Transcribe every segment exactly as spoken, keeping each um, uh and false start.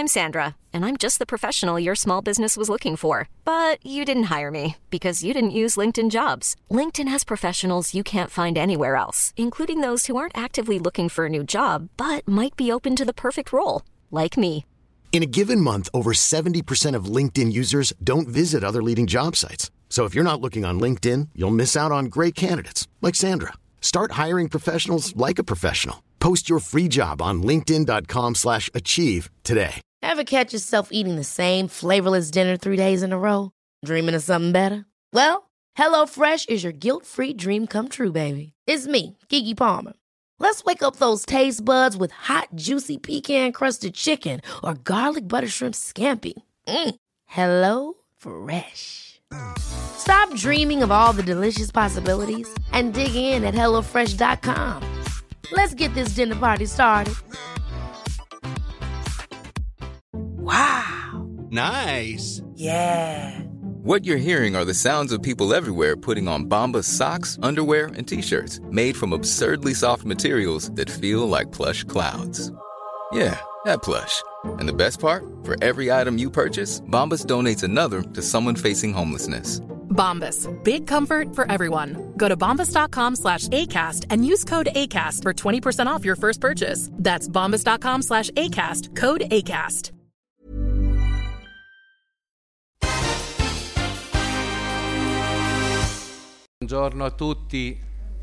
I'm Sandra, and I'm just the professional your small business was looking for. But you didn't hire me because you didn't use LinkedIn Jobs. LinkedIn has professionals you can't find anywhere else, including those who aren't actively looking for a new job, but might be open to the perfect role, like me. In a given month, over seventy percent of LinkedIn users don't visit other leading job sites. So if you're not looking on LinkedIn, you'll miss out on great candidates like Sandra. Start hiring professionals like a professional. Post your free job on linkedin.com slash achieve today. Ever catch yourself eating the same flavorless dinner three days in a row? Dreaming of something better? Well, HelloFresh is your guilt-free dream come true, baby. It's me, Keke Palmer. Let's wake up those taste buds with hot, juicy pecan-crusted chicken or garlic butter shrimp scampi. Mm. Hello Fresh. Stop dreaming of all the delicious possibilities and dig in at hello fresh dot com. Let's get this dinner party started. Wow. Nice. Yeah. What you're hearing are the sounds of people everywhere putting on Bombas socks, underwear, and T-shirts made from absurdly soft materials that feel like plush clouds. Yeah, that plush. And the best part? For every item you purchase, Bombas donates another to someone facing homelessness. Bombas. Big comfort for everyone. Go to bombas.com slash ACAST and use code ACAST for twenty percent off your first purchase. That's bombas.com slash ACAST. Code ACAST. Buongiorno a tutti.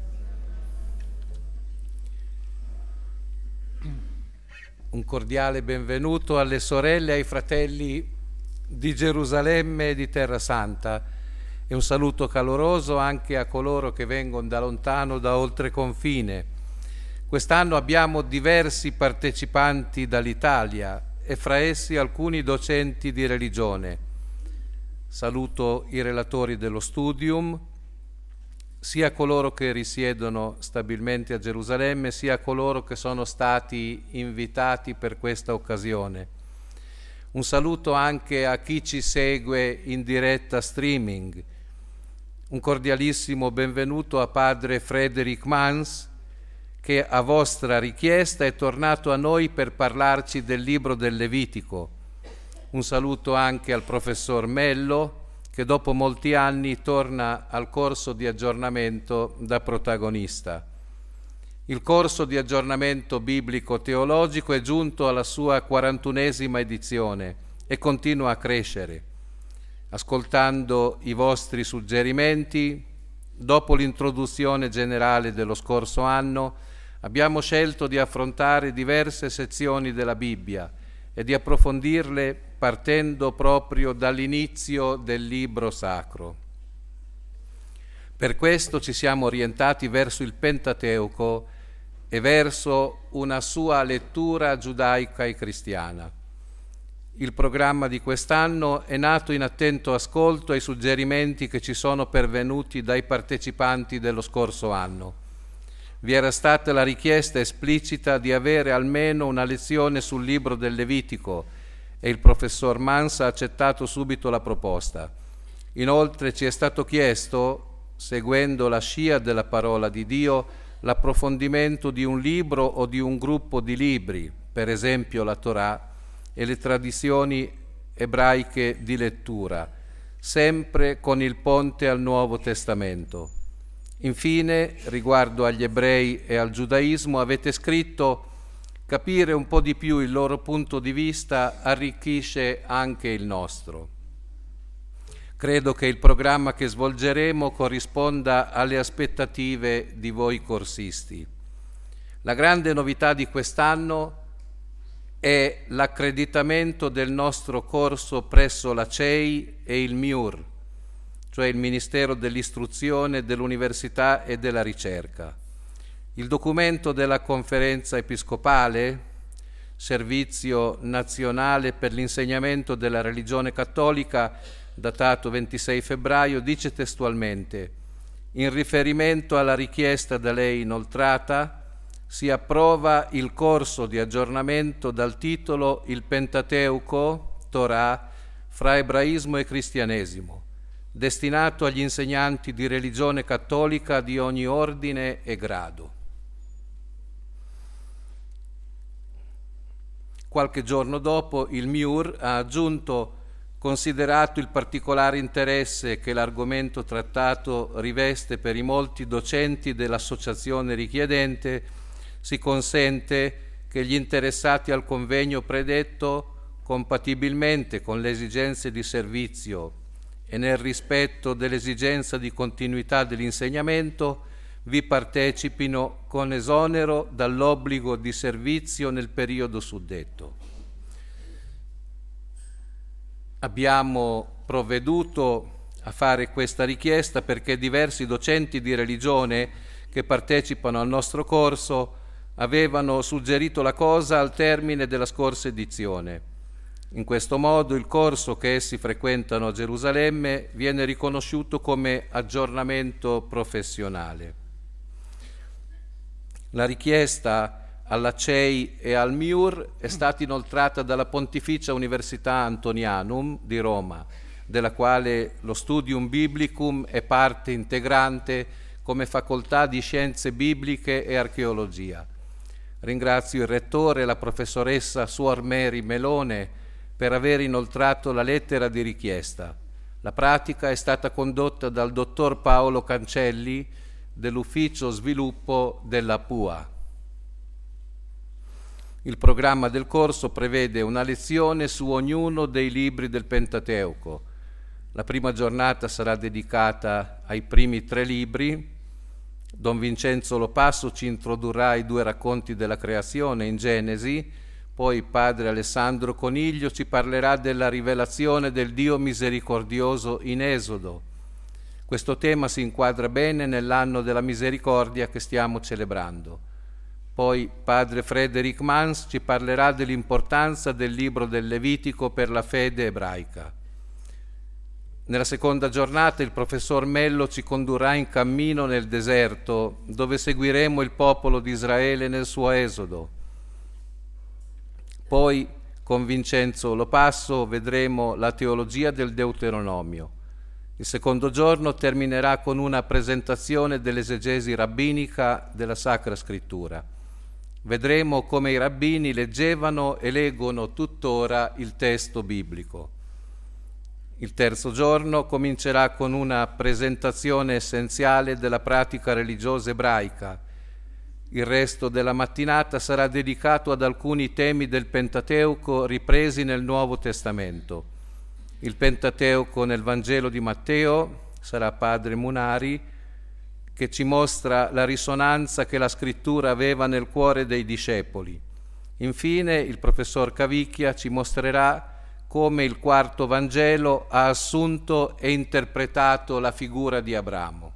Un cordiale benvenuto alle sorelle e ai fratelli di Gerusalemme e di Terra Santa e un saluto caloroso anche a coloro che vengono da lontano, da oltre confine. Quest'anno abbiamo diversi partecipanti dall'Italia e fra essi alcuni docenti di religione. Saluto i relatori dello Studium, sia coloro che risiedono stabilmente a Gerusalemme, sia coloro che sono stati invitati per questa occasione. Un saluto anche a chi ci segue in diretta streaming. Un cordialissimo benvenuto a padre Frederick Mans, che a vostra richiesta è tornato a noi per parlarci del libro del Levitico. Un saluto anche al professor Mello, che dopo molti anni torna al corso di aggiornamento da protagonista. Il corso di aggiornamento biblico-teologico è giunto alla sua quarantunesima edizione e continua a crescere. Ascoltando i vostri suggerimenti, dopo l'introduzione generale dello scorso anno, abbiamo scelto di affrontare diverse sezioni della Bibbia e di approfondirle partendo proprio dall'inizio del libro sacro. Per questo ci siamo orientati verso il Pentateuco e verso una sua lettura giudaica e cristiana. Il programma di quest'anno è nato in attento ascolto ai suggerimenti che ci sono pervenuti dai partecipanti dello scorso anno. Vi era stata la richiesta esplicita di avere almeno una lezione sul libro del Levitico e il professor Mans ha accettato subito la proposta. Inoltre ci è stato chiesto, seguendo la scia della parola di Dio, l'approfondimento di un libro o di un gruppo di libri, per esempio la Torah e le tradizioni ebraiche di lettura, sempre con il ponte al Nuovo Testamento. Infine, riguardo agli ebrei e al giudaismo, avete scritto: capire un po' di più il loro punto di vista arricchisce anche il nostro. Credo che il programma che svolgeremo corrisponda alle aspettative di voi corsisti. La grande novità di quest'anno è l'accreditamento del nostro corso presso la C E I e il M I U R, cioè il Ministero dell'Istruzione, dell'Università e della Ricerca. Il documento della Conferenza Episcopale, Servizio Nazionale per l'Insegnamento della Religione Cattolica, datato ventisei febbraio, dice testualmente: in riferimento alla richiesta da lei inoltrata, si approva il corso di aggiornamento dal titolo Il Pentateuco, Torah, fra ebraismo e cristianesimo, destinato agli insegnanti di religione cattolica di ogni ordine e grado. qualche giorno dopo il M I U R ha aggiunto: considerato il particolare interesse che l'argomento trattato riveste per i molti docenti dell'associazione richiedente, si consente che gli interessati al convegno predetto, compatibilmente con le esigenze di servizio e nel rispetto dell'esigenza di continuità dell'insegnamento, vi partecipino con esonero dall'obbligo di servizio nel periodo suddetto. Abbiamo provveduto a fare questa richiesta perché diversi docenti di religione che partecipano al nostro corso avevano suggerito la cosa al termine della scorsa edizione. In questo modo il corso che essi frequentano a Gerusalemme viene riconosciuto come aggiornamento professionale. La richiesta alla C E I e al M I U R è stata inoltrata dalla Pontificia Università Antonianum di Roma, della quale lo Studium Biblicum è parte integrante come facoltà di Scienze Bibliche e Archeologia. Ringrazio il Rettore e la professoressa Suor Mary Melone per aver inoltrato la lettera di richiesta. La pratica è stata condotta dal Dottor Paolo Cancelli dell'Ufficio Sviluppo della P U A. Il programma del corso prevede una lezione su ognuno dei libri del Pentateuco. La prima giornata sarà dedicata ai primi tre libri. Don Vincenzo Lopasso ci introdurrà i due racconti della creazione in Genesi, poi padre Alessandro Coniglio ci parlerà della rivelazione del Dio misericordioso in Esodo. Questo tema si inquadra bene nell'anno della misericordia che stiamo celebrando. Poi padre Frederick Mans ci parlerà dell'importanza del libro del Levitico per la fede ebraica. Nella seconda giornata il professor Mello ci condurrà in cammino nel deserto, dove seguiremo il popolo di Israele nel suo esodo. Poi con Vincenzo Lopasso vedremo la teologia del Deuteronomio. Il secondo giorno terminerà con una presentazione dell'esegesi rabbinica della Sacra Scrittura. Vedremo come i rabbini leggevano e leggono tuttora il testo biblico. Il terzo giorno comincerà con una presentazione essenziale della pratica religiosa ebraica. Il resto della mattinata sarà dedicato ad alcuni temi del Pentateuco ripresi nel Nuovo Testamento. Il Pentateuco nel Vangelo di Matteo sarà padre Munari, che ci mostra la risonanza che la scrittura aveva nel cuore dei discepoli. Infine il professor Cavicchia ci mostrerà come il quarto Vangelo ha assunto e interpretato la figura di Abramo.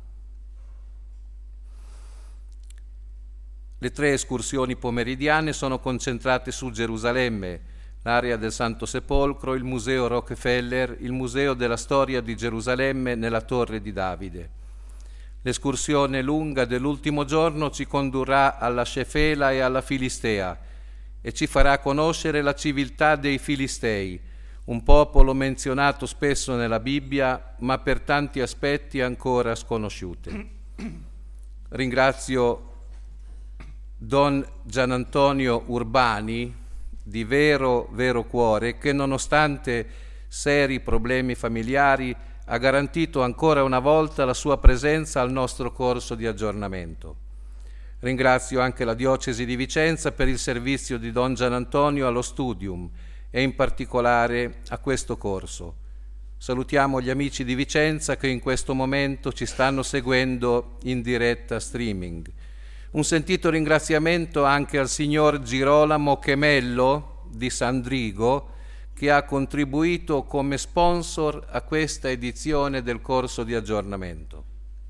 Le tre escursioni pomeridiane sono concentrate su Gerusalemme, l'area del Santo Sepolcro, il Museo Rockefeller, il Museo della Storia di Gerusalemme nella Torre di Davide. L'escursione lunga dell'ultimo giorno ci condurrà alla Scefela e alla Filistea e ci farà conoscere la civiltà dei Filistei, un popolo menzionato spesso nella Bibbia, ma per tanti aspetti ancora sconosciute. Ringrazio Don Gianantonio Urbani, di vero, vero cuore, che nonostante seri problemi familiari ha garantito ancora una volta la sua presenza al nostro corso di aggiornamento. Ringrazio anche la Diocesi di Vicenza per il servizio di Don Gianantonio allo Studium e in particolare a questo corso. Salutiamo gli amici di Vicenza che in questo momento ci stanno seguendo in diretta streaming. Un sentito ringraziamento anche al signor Girolamo Chemello di Sandrigo, che ha contribuito come sponsor a questa edizione del corso di aggiornamento.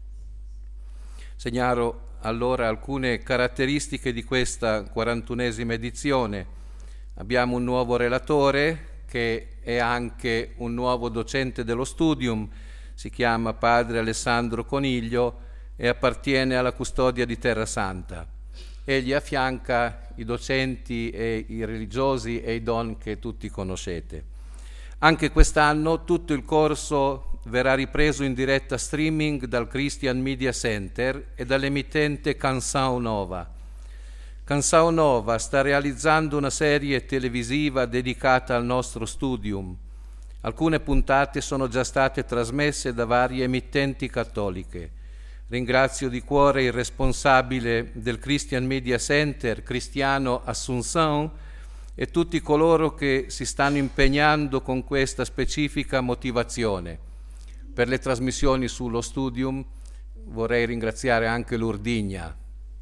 Segnalo allora alcune caratteristiche di questa quarantunesima edizione. Abbiamo un nuovo relatore che è anche un nuovo docente dello Studium, si chiama padre Alessandro Coniglio e appartiene alla custodia di Terra Santa. Egli affianca i docenti e i religiosi e i don che tutti conoscete. Anche quest'anno tutto il corso verrà ripreso in diretta streaming dal Christian Media Center e dall'emittente Canção Nova. Canção Nova sta realizzando una serie televisiva dedicata al nostro studium. Alcune puntate sono già state trasmesse da varie emittenti cattoliche. Ringrazio di cuore il responsabile del Christian Media Center, Cristiano Assunção, e tutti coloro che si stanno impegnando con questa specifica motivazione. Per le trasmissioni sullo studium vorrei ringraziare anche l'Urdigna.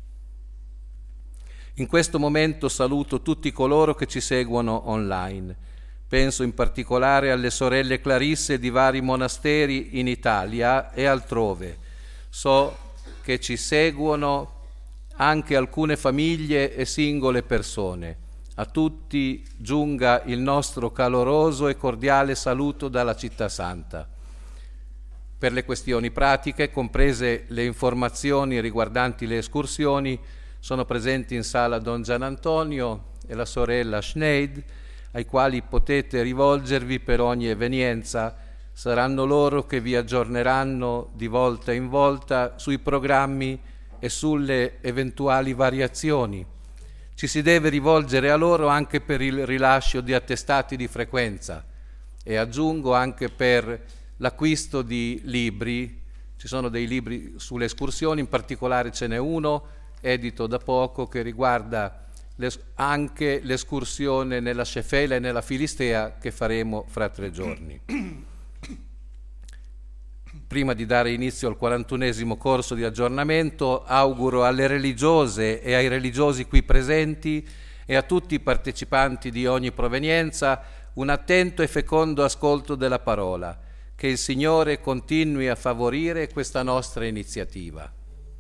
In questo momento saluto tutti coloro che ci seguono online. Penso in particolare alle sorelle Clarisse di vari monasteri in Italia e altrove. So che ci seguono anche alcune famiglie e singole persone. A tutti giunga il nostro caloroso e cordiale saluto dalla Città Santa. Per le questioni pratiche, comprese le informazioni riguardanti le escursioni, sono presenti in sala Don Gian Antonio e la sorella Schneid, ai quali potete rivolgervi per ogni evenienza. Saranno loro che vi aggiorneranno di volta in volta sui programmi e sulle eventuali variazioni. Ci si deve rivolgere a loro anche per il rilascio di attestati di frequenza e aggiungo anche per l'acquisto di libri. Ci sono dei libri sulle escursioni, in particolare ce n'è uno edito da poco che riguarda les- anche l'escursione nella Scefela e nella Filistea che faremo fra tre giorni. Prima di dare inizio al quarantunesimo corso di aggiornamento, auguro alle religiose e ai religiosi qui presenti e a tutti i partecipanti di ogni provenienza un attento e fecondo ascolto della parola. Che il Signore continui a favorire questa nostra iniziativa.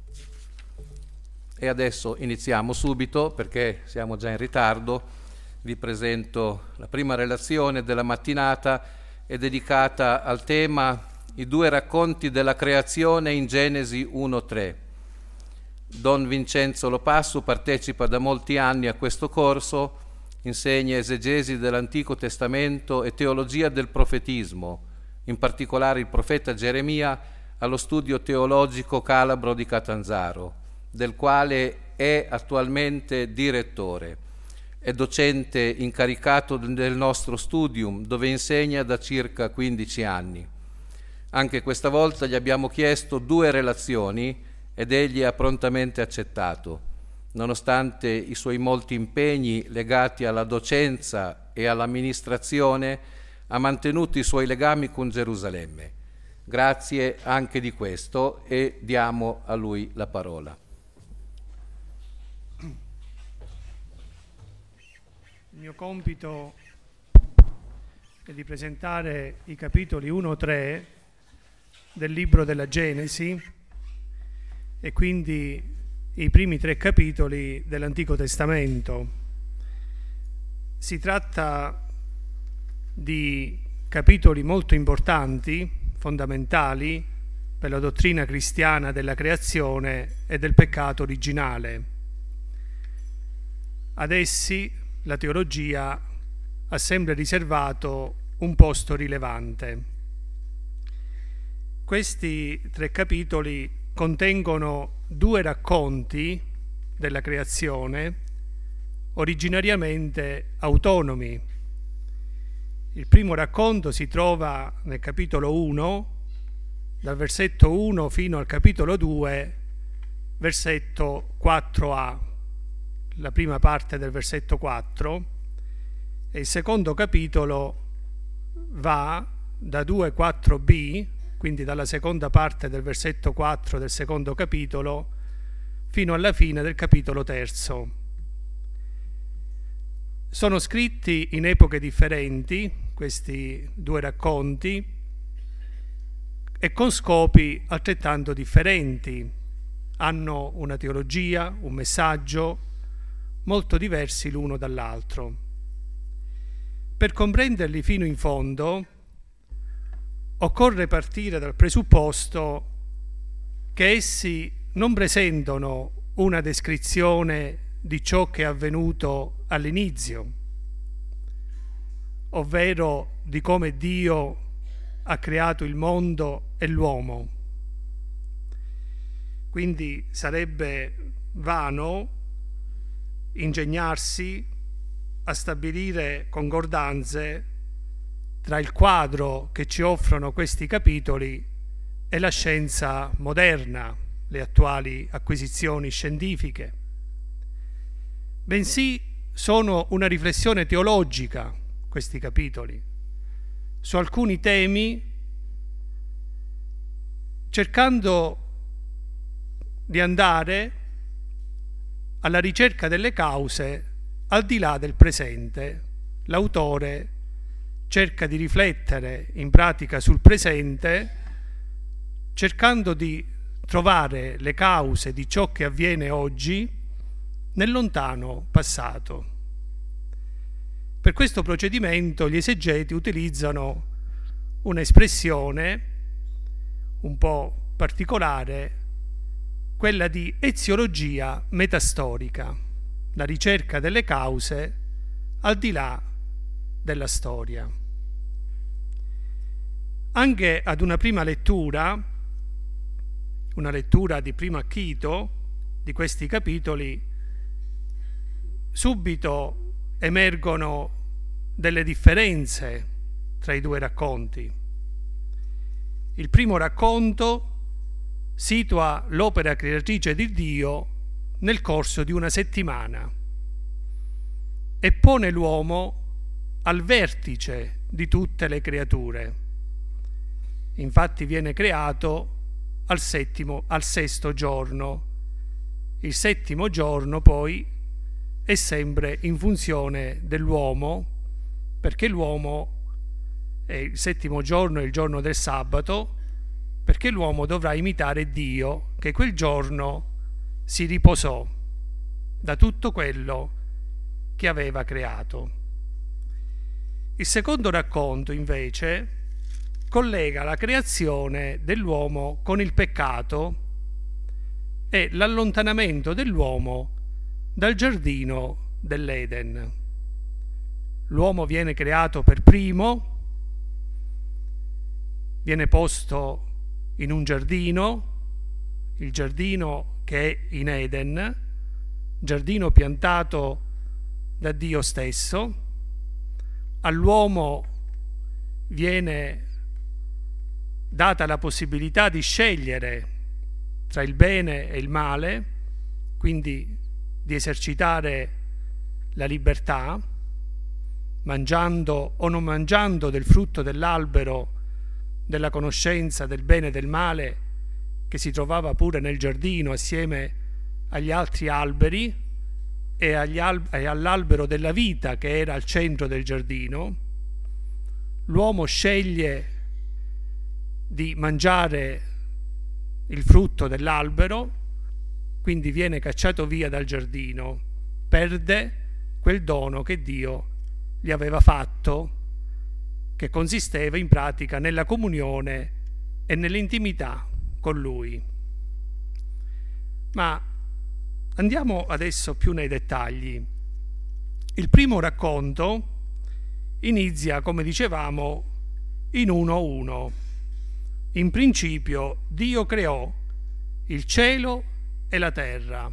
E adesso iniziamo subito, perché siamo già in ritardo. Vi presento la prima relazione della mattinata, è dedicata al tema I due racconti della creazione in Genesi uno tre. Don Vincenzo Lopasso partecipa da molti anni a questo corso, insegna esegesi dell'Antico Testamento e teologia del profetismo, in particolare il profeta Geremia, allo studio teologico calabro di Catanzaro, del quale è attualmente direttore. È docente incaricato del nostro studium, dove insegna da circa quindici anni. Anche questa volta gli abbiamo chiesto due relazioni ed egli ha prontamente accettato. Nonostante i suoi molti impegni legati alla docenza e all'amministrazione, ha mantenuto i suoi legami con Gerusalemme. Grazie anche di questo e diamo a lui la parola. Il mio compito è di presentare i capitoli uno tre del libro della Genesi e quindi i primi tre capitoli dell'Antico Testamento. Si tratta di capitoli molto importanti, fondamentali per la dottrina cristiana della creazione e del peccato originale. Ad essi la teologia ha sempre riservato un posto rilevante. Questi tre capitoli contengono due racconti della creazione originariamente autonomi. Il primo racconto si trova nel capitolo uno, dal versetto uno fino al capitolo due, versetto quattro a, la prima parte del versetto quattro, e il secondo capitolo va da due a quattro b, quindi dalla seconda parte del versetto quattro del secondo capitolo, fino alla fine del capitolo terzo. Sono scritti in epoche differenti, questi due racconti, e con scopi altrettanto differenti. Hanno una teologia, un messaggio, molto diversi l'uno dall'altro. Per comprenderli fino in fondo, occorre partire dal presupposto che essi non presentano una descrizione di ciò che è avvenuto all'inizio, ovvero di come Dio ha creato il mondo e l'uomo. Quindi sarebbe vano ingegnarsi a stabilire concordanze tra il quadro che ci offrono questi capitoli e la scienza moderna, le attuali acquisizioni scientifiche, bensì sono una riflessione teologica questi capitoli su alcuni temi, cercando di andare alla ricerca delle cause al di là del presente. L'autore cerca di riflettere in pratica sul presente, cercando di trovare le cause di ciò che avviene oggi nel lontano passato. Per questo procedimento gli esegeti utilizzano un'espressione un po' particolare, quella di eziologia metastorica, la ricerca delle cause al di là della storia. Anche ad una prima lettura, una lettura di primo acchito di questi capitoli, subito emergono delle differenze tra i due racconti. Il primo racconto situa l'opera creatrice di Dio nel corso di una settimana e pone l'uomo al vertice di tutte le creature. Infatti viene creato al settimo, al sesto giorno. Il settimo giorno poi è sempre in funzione dell'uomo, perché l'uomo è il settimo giorno, è il giorno del sabato, perché l'uomo dovrà imitare Dio, che quel giorno si riposò da tutto quello che aveva creato. Il secondo racconto, invece, collega la creazione dell'uomo con il peccato e l'allontanamento dell'uomo dal giardino dell'Eden. L'uomo viene creato per primo, viene posto in un giardino, il giardino che è in Eden, giardino piantato da Dio stesso. All'uomo viene data la possibilità di scegliere tra il bene e il male, quindi di esercitare la libertà, mangiando o non mangiando del frutto dell'albero della conoscenza del bene e del male, che si trovava pure nel giardino assieme agli altri alberi e, agli al- e all'albero della vita che era al centro del giardino. L'uomo sceglie di mangiare il frutto dell'albero, quindi viene cacciato via dal giardino, perde quel dono che Dio gli aveva fatto, che consisteva in pratica nella comunione e nell'intimità con Lui. Ma andiamo adesso più nei dettagli. Il primo racconto inizia, come dicevamo, in uno uno. In principio Dio creò il cielo e la terra.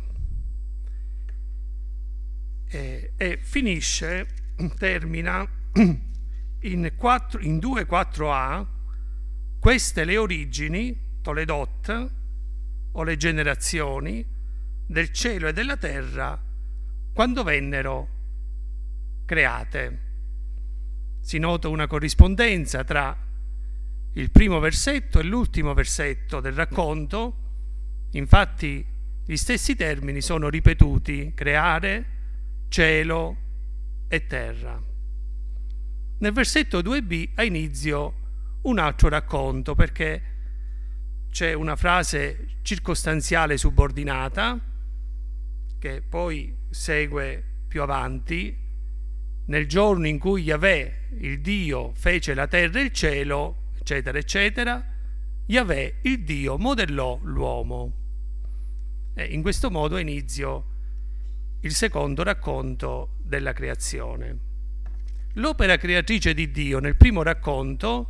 E, e finisce, termina in, quattro, in due quattro a, queste le origini, Toledot, o le generazioni del cielo e della terra quando vennero create. Si nota una corrispondenza tra il primo versetto e l'ultimo versetto del racconto. Infatti gli stessi termini sono ripetuti: creare, cielo e terra. Nel versetto due b ha inizio un altro racconto, perché c'è una frase circostanziale subordinata che poi segue più avanti. Nel giorno in cui Yahweh, il Dio, fece la terra e il cielo, eccetera, eccetera, Yahweh, il Dio, modellò l'uomo. E in questo modo ha inizio il secondo racconto della creazione. L'opera creatrice di Dio nel primo racconto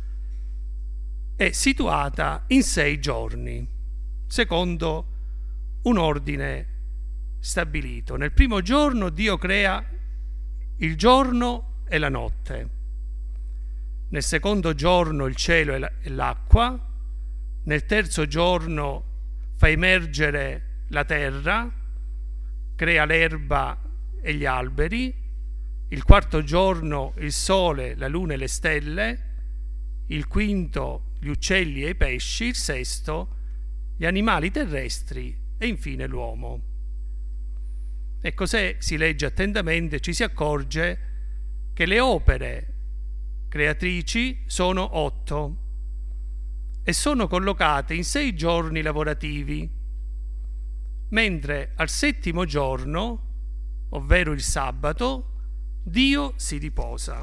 è situata in sei giorni, secondo un ordine stabilito. Nel primo giorno Dio crea il giorno e la notte. Nel secondo giorno il cielo e l'acqua. Nel terzo giorno fa emergere la terra, crea l'erba e gli alberi. Il quarto giorno il sole, la luna e le stelle. Il quinto gli uccelli e i pesci. Il sesto gli animali terrestri e infine l'uomo. Ecco, se si legge attentamente ci si accorge che le opere creatrici sono otto e sono collocate in sei giorni lavorativi, mentre al settimo giorno, ovvero il sabato, Dio si riposa.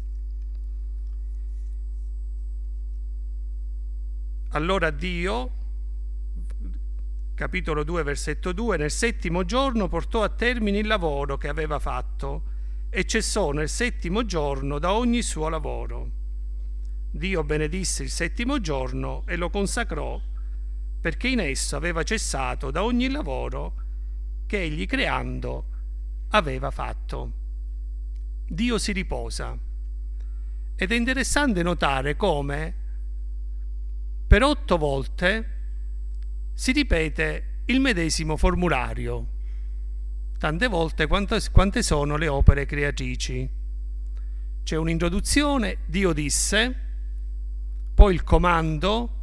Allora Dio, capitolo due, versetto due, nel settimo giorno portò a termine il lavoro che aveva fatto e cessò nel settimo giorno da ogni suo lavoro. Dio benedisse il settimo giorno e lo consacrò, perché in esso aveva cessato da ogni lavoro che egli creando aveva fatto. Dio si riposa. Ed è interessante notare come per otto volte si ripete il medesimo formulario, tante volte quante, quante sono le opere creatrici. C'è un'introduzione, Dio disse, poi il comando,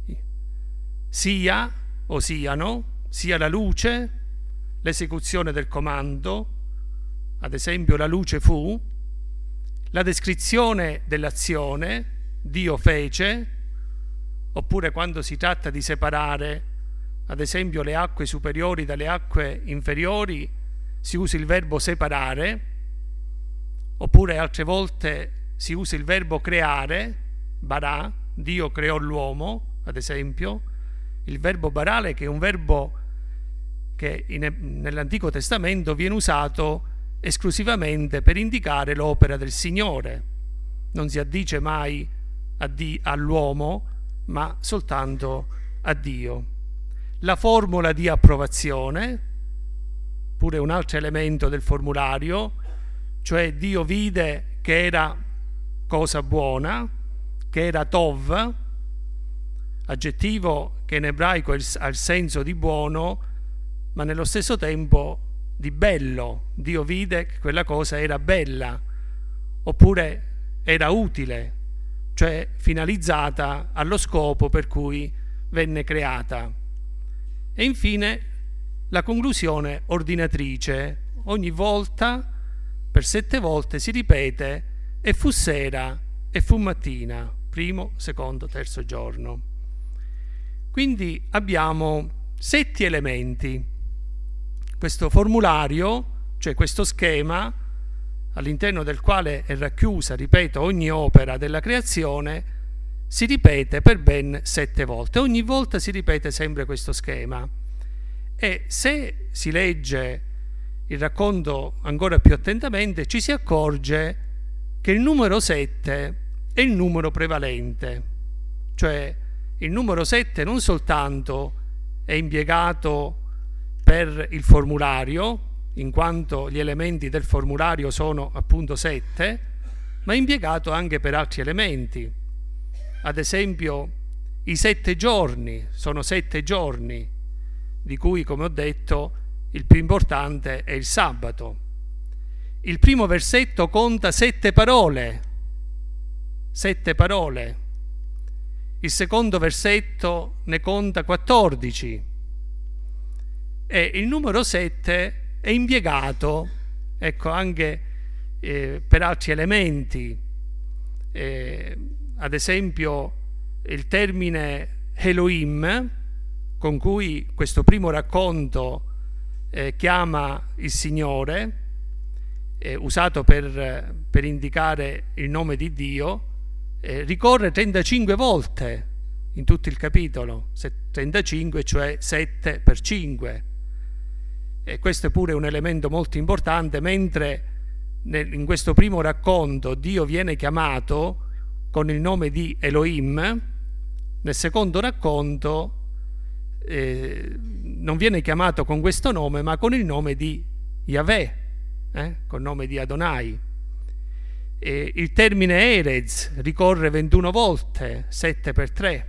sia o siano, sia la luce, l'esecuzione del comando, ad esempio la luce fu, la descrizione dell'azione, Dio fece, oppure quando si tratta di separare ad esempio le acque superiori dalle acque inferiori si usa il verbo separare, oppure altre volte si usa il verbo creare, barà, Dio creò l'uomo, ad esempio, il verbo barale, che è un verbo che in, nell'Antico Testamento viene usato esclusivamente per indicare l'opera del Signore. Non si addice mai a di, all'uomo, ma soltanto a Dio. La formula di approvazione, pure un altro elemento del formulario, cioè Dio vide che era cosa buona, che era tov, aggettivo che in ebraico ha il senso di buono, ma nello stesso tempo di bello. Dio vide che quella cosa era bella, oppure era utile, cioè finalizzata allo scopo per cui venne creata. E infine la conclusione ordinatrice. Ogni volta, per sette volte, si ripete e fu sera e fu mattina, primo, secondo, terzo giorno. Quindi abbiamo sette elementi. Questo formulario, cioè questo schema, all'interno del quale è racchiusa, ripeto, ogni opera della creazione, si ripete per ben sette volte. Ogni volta si ripete sempre questo schema. E se si legge il racconto ancora più attentamente, ci si accorge che il numero sette è il numero prevalente. Cioè il numero sette non soltanto è impiegato per il formulario, in quanto gli elementi del formulario sono appunto sette, ma è impiegato anche per altri elementi. Ad esempio, i sette giorni sono sette giorni, di cui, come ho detto, il più importante è il sabato. Il primo versetto conta sette parole, sette parole. Il secondo versetto ne conta quattordici. E il numero sette è impiegato, ecco, anche eh, per altri elementi. Eh, ad esempio il termine Elohim, con cui questo primo racconto eh, chiama il Signore, eh, usato per, per indicare il nome di Dio, eh, ricorre trentacinque volte in tutto il capitolo, trentacinque, cioè sette per cinque. E questo è pure un elemento molto importante. Mentre nel, in questo primo racconto Dio viene chiamato con il nome di Elohim, nel secondo racconto eh, non viene chiamato con questo nome, ma con il nome di Yahweh, eh? Col nome di Adonai. E il termine Erez ricorre ventuno volte, sette per tre.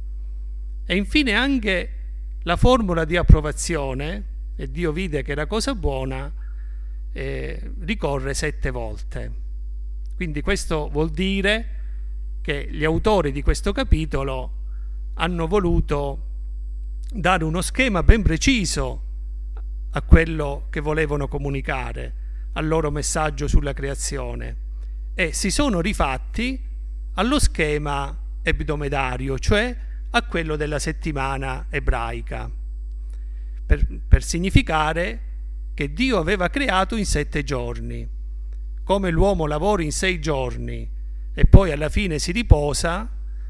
E infine anche la formula di approvazione, e Dio vide che era cosa buona, eh, ricorre sette volte. Quindi questo vuol dire che gli autori di questo capitolo hanno voluto dare uno schema ben preciso a quello che volevano comunicare, al loro messaggio sulla creazione, e si sono rifatti allo schema ebdomedario, cioè a quello della settimana ebraica, per, per significare che Dio aveva creato in sette giorni. Come l'uomo lavora in sei giorni e poi alla fine si riposa,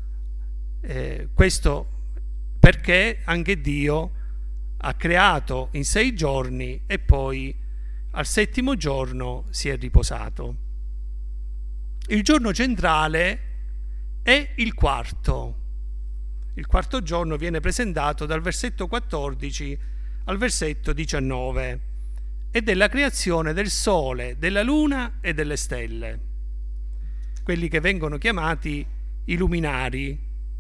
eh, questo perché anche Dio ha creato in sei giorni e poi al settimo giorno si è riposato. Il giorno centrale è il quarto. Il quarto giorno viene presentato dal versetto quattordici al versetto diciannove. E della creazione del sole, della luna e delle stelle, quelli che vengono chiamati i luminari.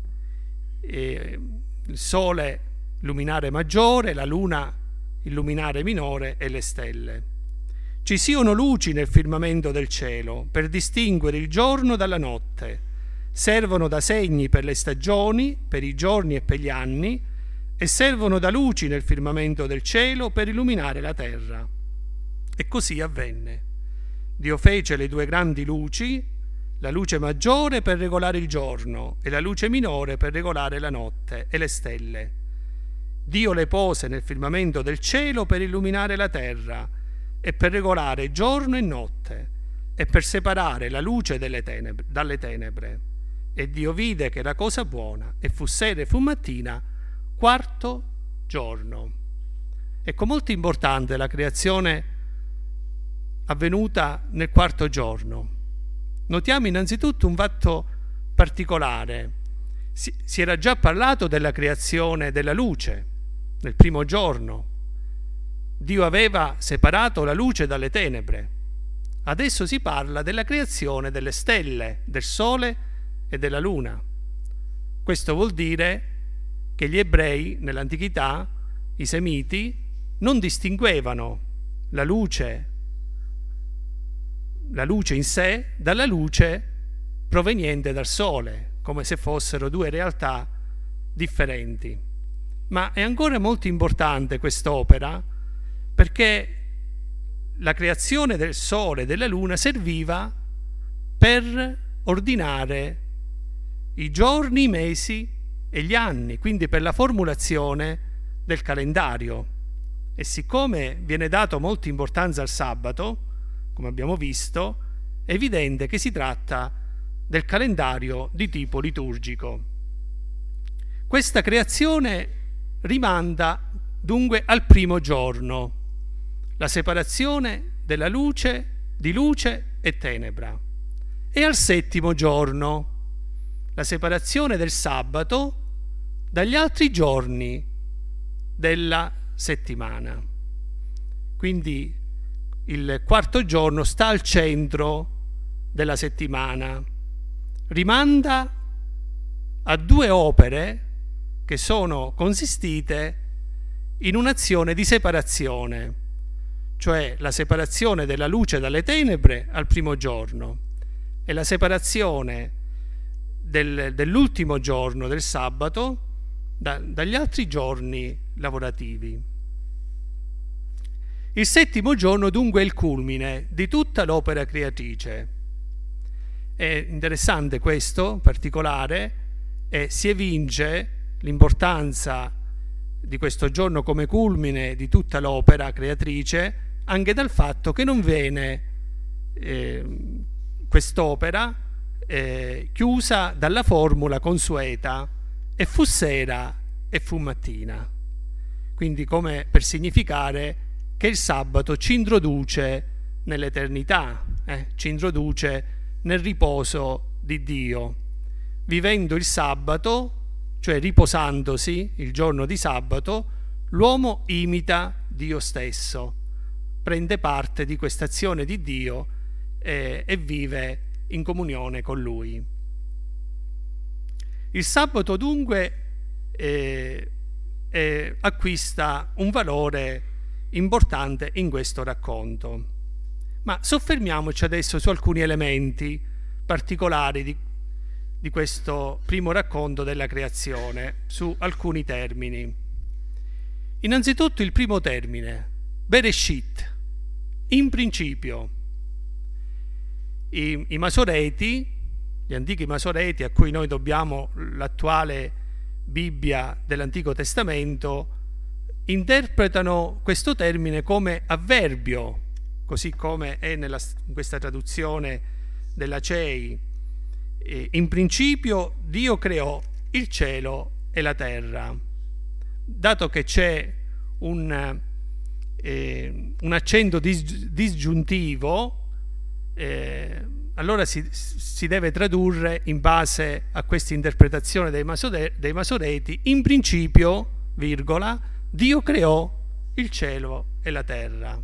E il sole luminare maggiore, la luna il luminare minore e le stelle. Ci siano luci nel firmamento del cielo per distinguere il giorno dalla notte, servono da segni per le stagioni, per i giorni e per gli anni, e servono da luci nel firmamento del cielo per illuminare la terra. E così avvenne. Dio fece le due grandi luci, la luce maggiore per regolare il giorno e la luce minore per regolare la notte e le stelle. Dio le pose nel firmamento del cielo per illuminare la terra e per regolare giorno e notte e per separare la luce delle tenebre, dalle tenebre. E Dio vide che era cosa buona, e fu sera e fu mattina, quarto giorno. Ecco, molto importante la creazione avvenuta nel quarto giorno. Notiamo innanzitutto un fatto particolare. Si, si era già parlato della creazione della luce nel primo giorno. Dio aveva separato la luce dalle tenebre. Adesso si parla della creazione delle stelle, del sole e della luna. Questo vuol dire che gli ebrei nell'antichità, i semiti, non distinguevano la luce la luce in sé dalla luce proveniente dal sole, come se fossero due realtà differenti. Ma è ancora molto importante quest'opera perché la creazione del sole e della luna serviva per ordinare i giorni, i mesi e gli anni, quindi per la formulazione del calendario. E siccome viene dato molta importanza al sabato, come abbiamo visto, è evidente che si tratta del calendario di tipo liturgico. Questa creazione rimanda dunque al primo giorno, la separazione della luce, di luce e tenebra, e al settimo giorno, la separazione del sabato dagli altri giorni della settimana. Quindi il quarto giorno sta al centro della settimana, rimanda a due opere che sono consistite in un'azione di separazione, cioè la separazione della luce dalle tenebre al primo giorno e la separazione del, dell'ultimo giorno del sabato da, dagli altri giorni lavorativi. Il settimo giorno dunque è il culmine di tutta l'opera creatrice. È interessante questo particolare e si evince l'importanza di questo giorno come culmine di tutta l'opera creatrice anche dal fatto che non viene eh, quest'opera eh, chiusa dalla formula consueta e fu sera e fu mattina, quindi come per significare che il sabato ci introduce nell'eternità, eh, ci introduce nel riposo di Dio. Vivendo il sabato cioè riposandosi il giorno di sabato, l'uomo imita Dio stesso, prende parte di questa azione di Dio eh, e vive in comunione con Lui. Il sabato dunque eh, eh, acquista un valore importante in questo racconto. Ma soffermiamoci adesso su alcuni elementi particolari di, di questo primo racconto della creazione, su alcuni termini. Innanzitutto il primo termine, Bereshit, in principio. I, i Masoreti, gli antichi Masoreti, a cui noi dobbiamo l'attuale Bibbia dell'Antico Testamento, interpretano questo termine come avverbio, così come è nella, in questa traduzione della C E I. E in principio Dio creò il cielo e la terra. Dato che c'è un, eh, un accento dis, disgiuntivo, eh, allora si, si deve tradurre in base a questa interpretazione dei, masore, dei Masoreti: in principio, virgola, Dio creò il cielo e la terra.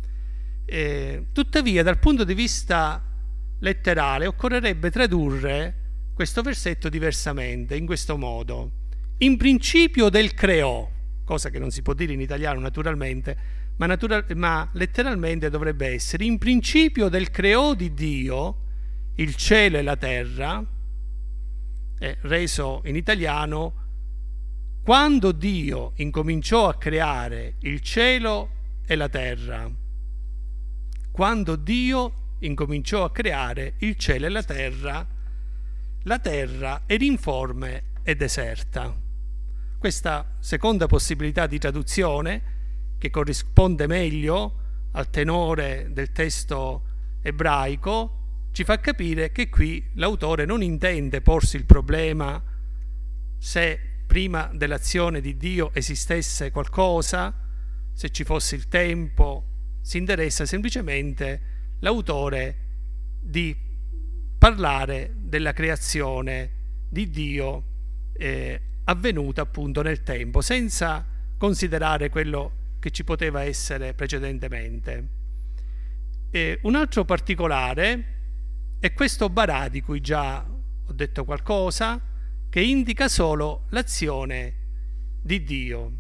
Eh, tuttavia, dal punto di vista letterale, occorrerebbe tradurre questo versetto diversamente, in questo modo: in principio del creò, cosa che non si può dire in italiano naturalmente, ma, natural, ma letteralmente dovrebbe essere: in principio del creò di Dio il cielo e la terra, eh, reso in italiano: quando Dio incominciò a creare il cielo e la terra. Quando Dio incominciò a creare il cielo e la terra, la terra era informe e deserta. Questa seconda possibilità di traduzione, che corrisponde meglio al tenore del testo ebraico, ci fa capire che qui l'autore non intende porsi il problema se prima dell'azione di Dio esistesse qualcosa, se ci fosse il tempo. Si interessa semplicemente l'autore di parlare della creazione di Dio eh, avvenuta appunto nel tempo, senza considerare quello che ci poteva essere precedentemente. E un altro particolare è questo barà, di cui già ho detto qualcosa, che indica solo l'azione di Dio.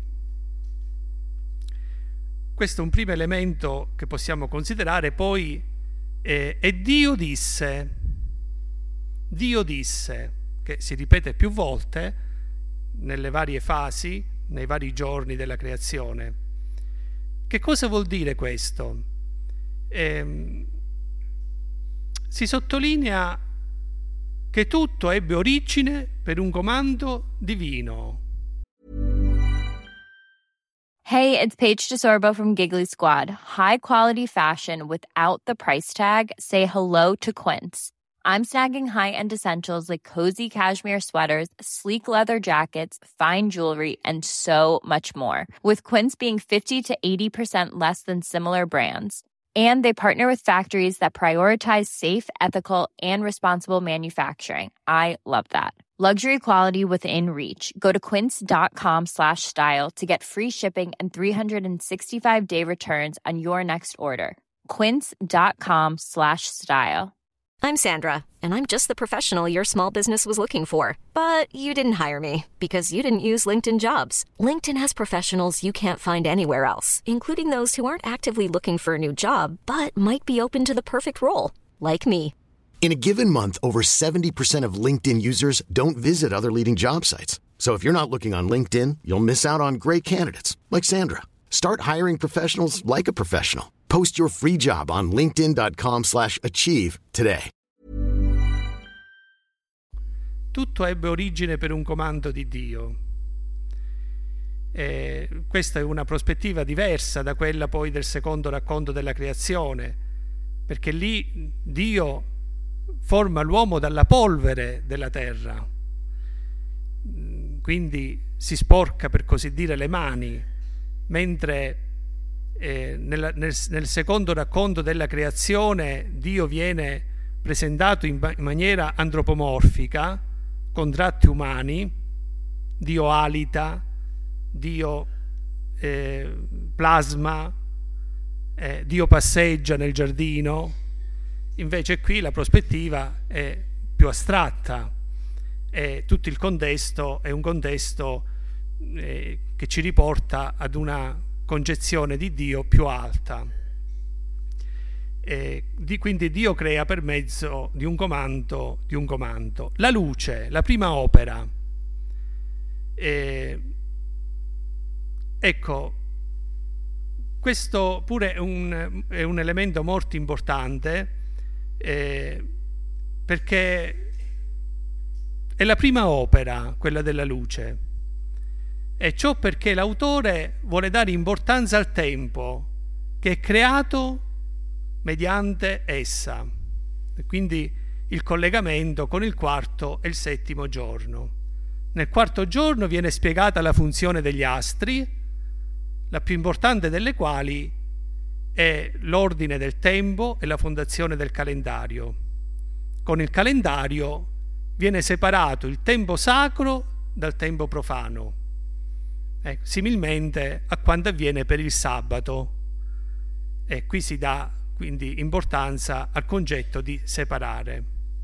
Questo è un primo elemento che possiamo considerare. Poi eh, e Dio disse, Dio disse, che si ripete più volte nelle varie fasi, nei vari giorni della creazione. Che cosa vuol dire questo? Eh, si sottolinea che tutto ebbe origine per un comando divino. Hey, it's Paige DeSorbo from Giggly Squad. High quality fashion without the price tag. Say hello to Quince. I'm snagging high-end essentials like cozy cashmere sweaters, sleek leather jackets, fine jewelry, and so much more. With Quince being fifty to eighty percent less than similar brands. And they partner with factories that prioritize safe, ethical, and responsible manufacturing. I love that. Luxury quality within reach. Go to quince.com slash style to get free shipping and three sixty-five day returns on your next order. Quince.com slash style. I'm Sandra, and I'm just the professional your small business was looking for. But you didn't hire me because you didn't use LinkedIn Jobs. LinkedIn has professionals you can't find anywhere else, including those who aren't actively looking for a new job, but might be open to the perfect role, like me. In a given month, over seventy percent of LinkedIn users don't visit other leading job sites. So if you're not looking on LinkedIn, you'll miss out on great candidates like Sandra. Start hiring professionals like a professional. Post your free job on linkedin.com slash achieve today. Tutto ebbe origine per un comando di Dio. E questa è una prospettiva diversa da quella poi del secondo racconto della creazione, perché lì Dio forma l'uomo dalla polvere della terra, quindi si sporca, per così dire, le mani, mentre eh, nel, nel, nel secondo racconto della creazione Dio viene presentato in, in maniera antropomorfica, con tratti umani, Dio alita, Dio eh, plasma, eh, Dio passeggia nel giardino. Invece qui la prospettiva è più astratta e tutto il contesto è un contesto eh, che ci riporta ad una concezione di Dio più alta. E di, quindi Dio crea per mezzo di un comando, di un comando. La luce, la prima opera. E, ecco, questo pure è un, è un elemento molto importante, eh, perché è la prima opera, quella della luce, e ciò perché l'autore vuole dare importanza al tempo che è creato mediante essa, e quindi il collegamento con il quarto e il settimo giorno. Nel quarto giorno viene spiegata la funzione degli astri, la più importante delle quali è l'ordine del tempo e la fondazione del calendario. Con il calendario viene separato il tempo sacro dal tempo profano, eh, similmente a quanto avviene per il sabato. E qui si dà quindi importanza al concetto di separare.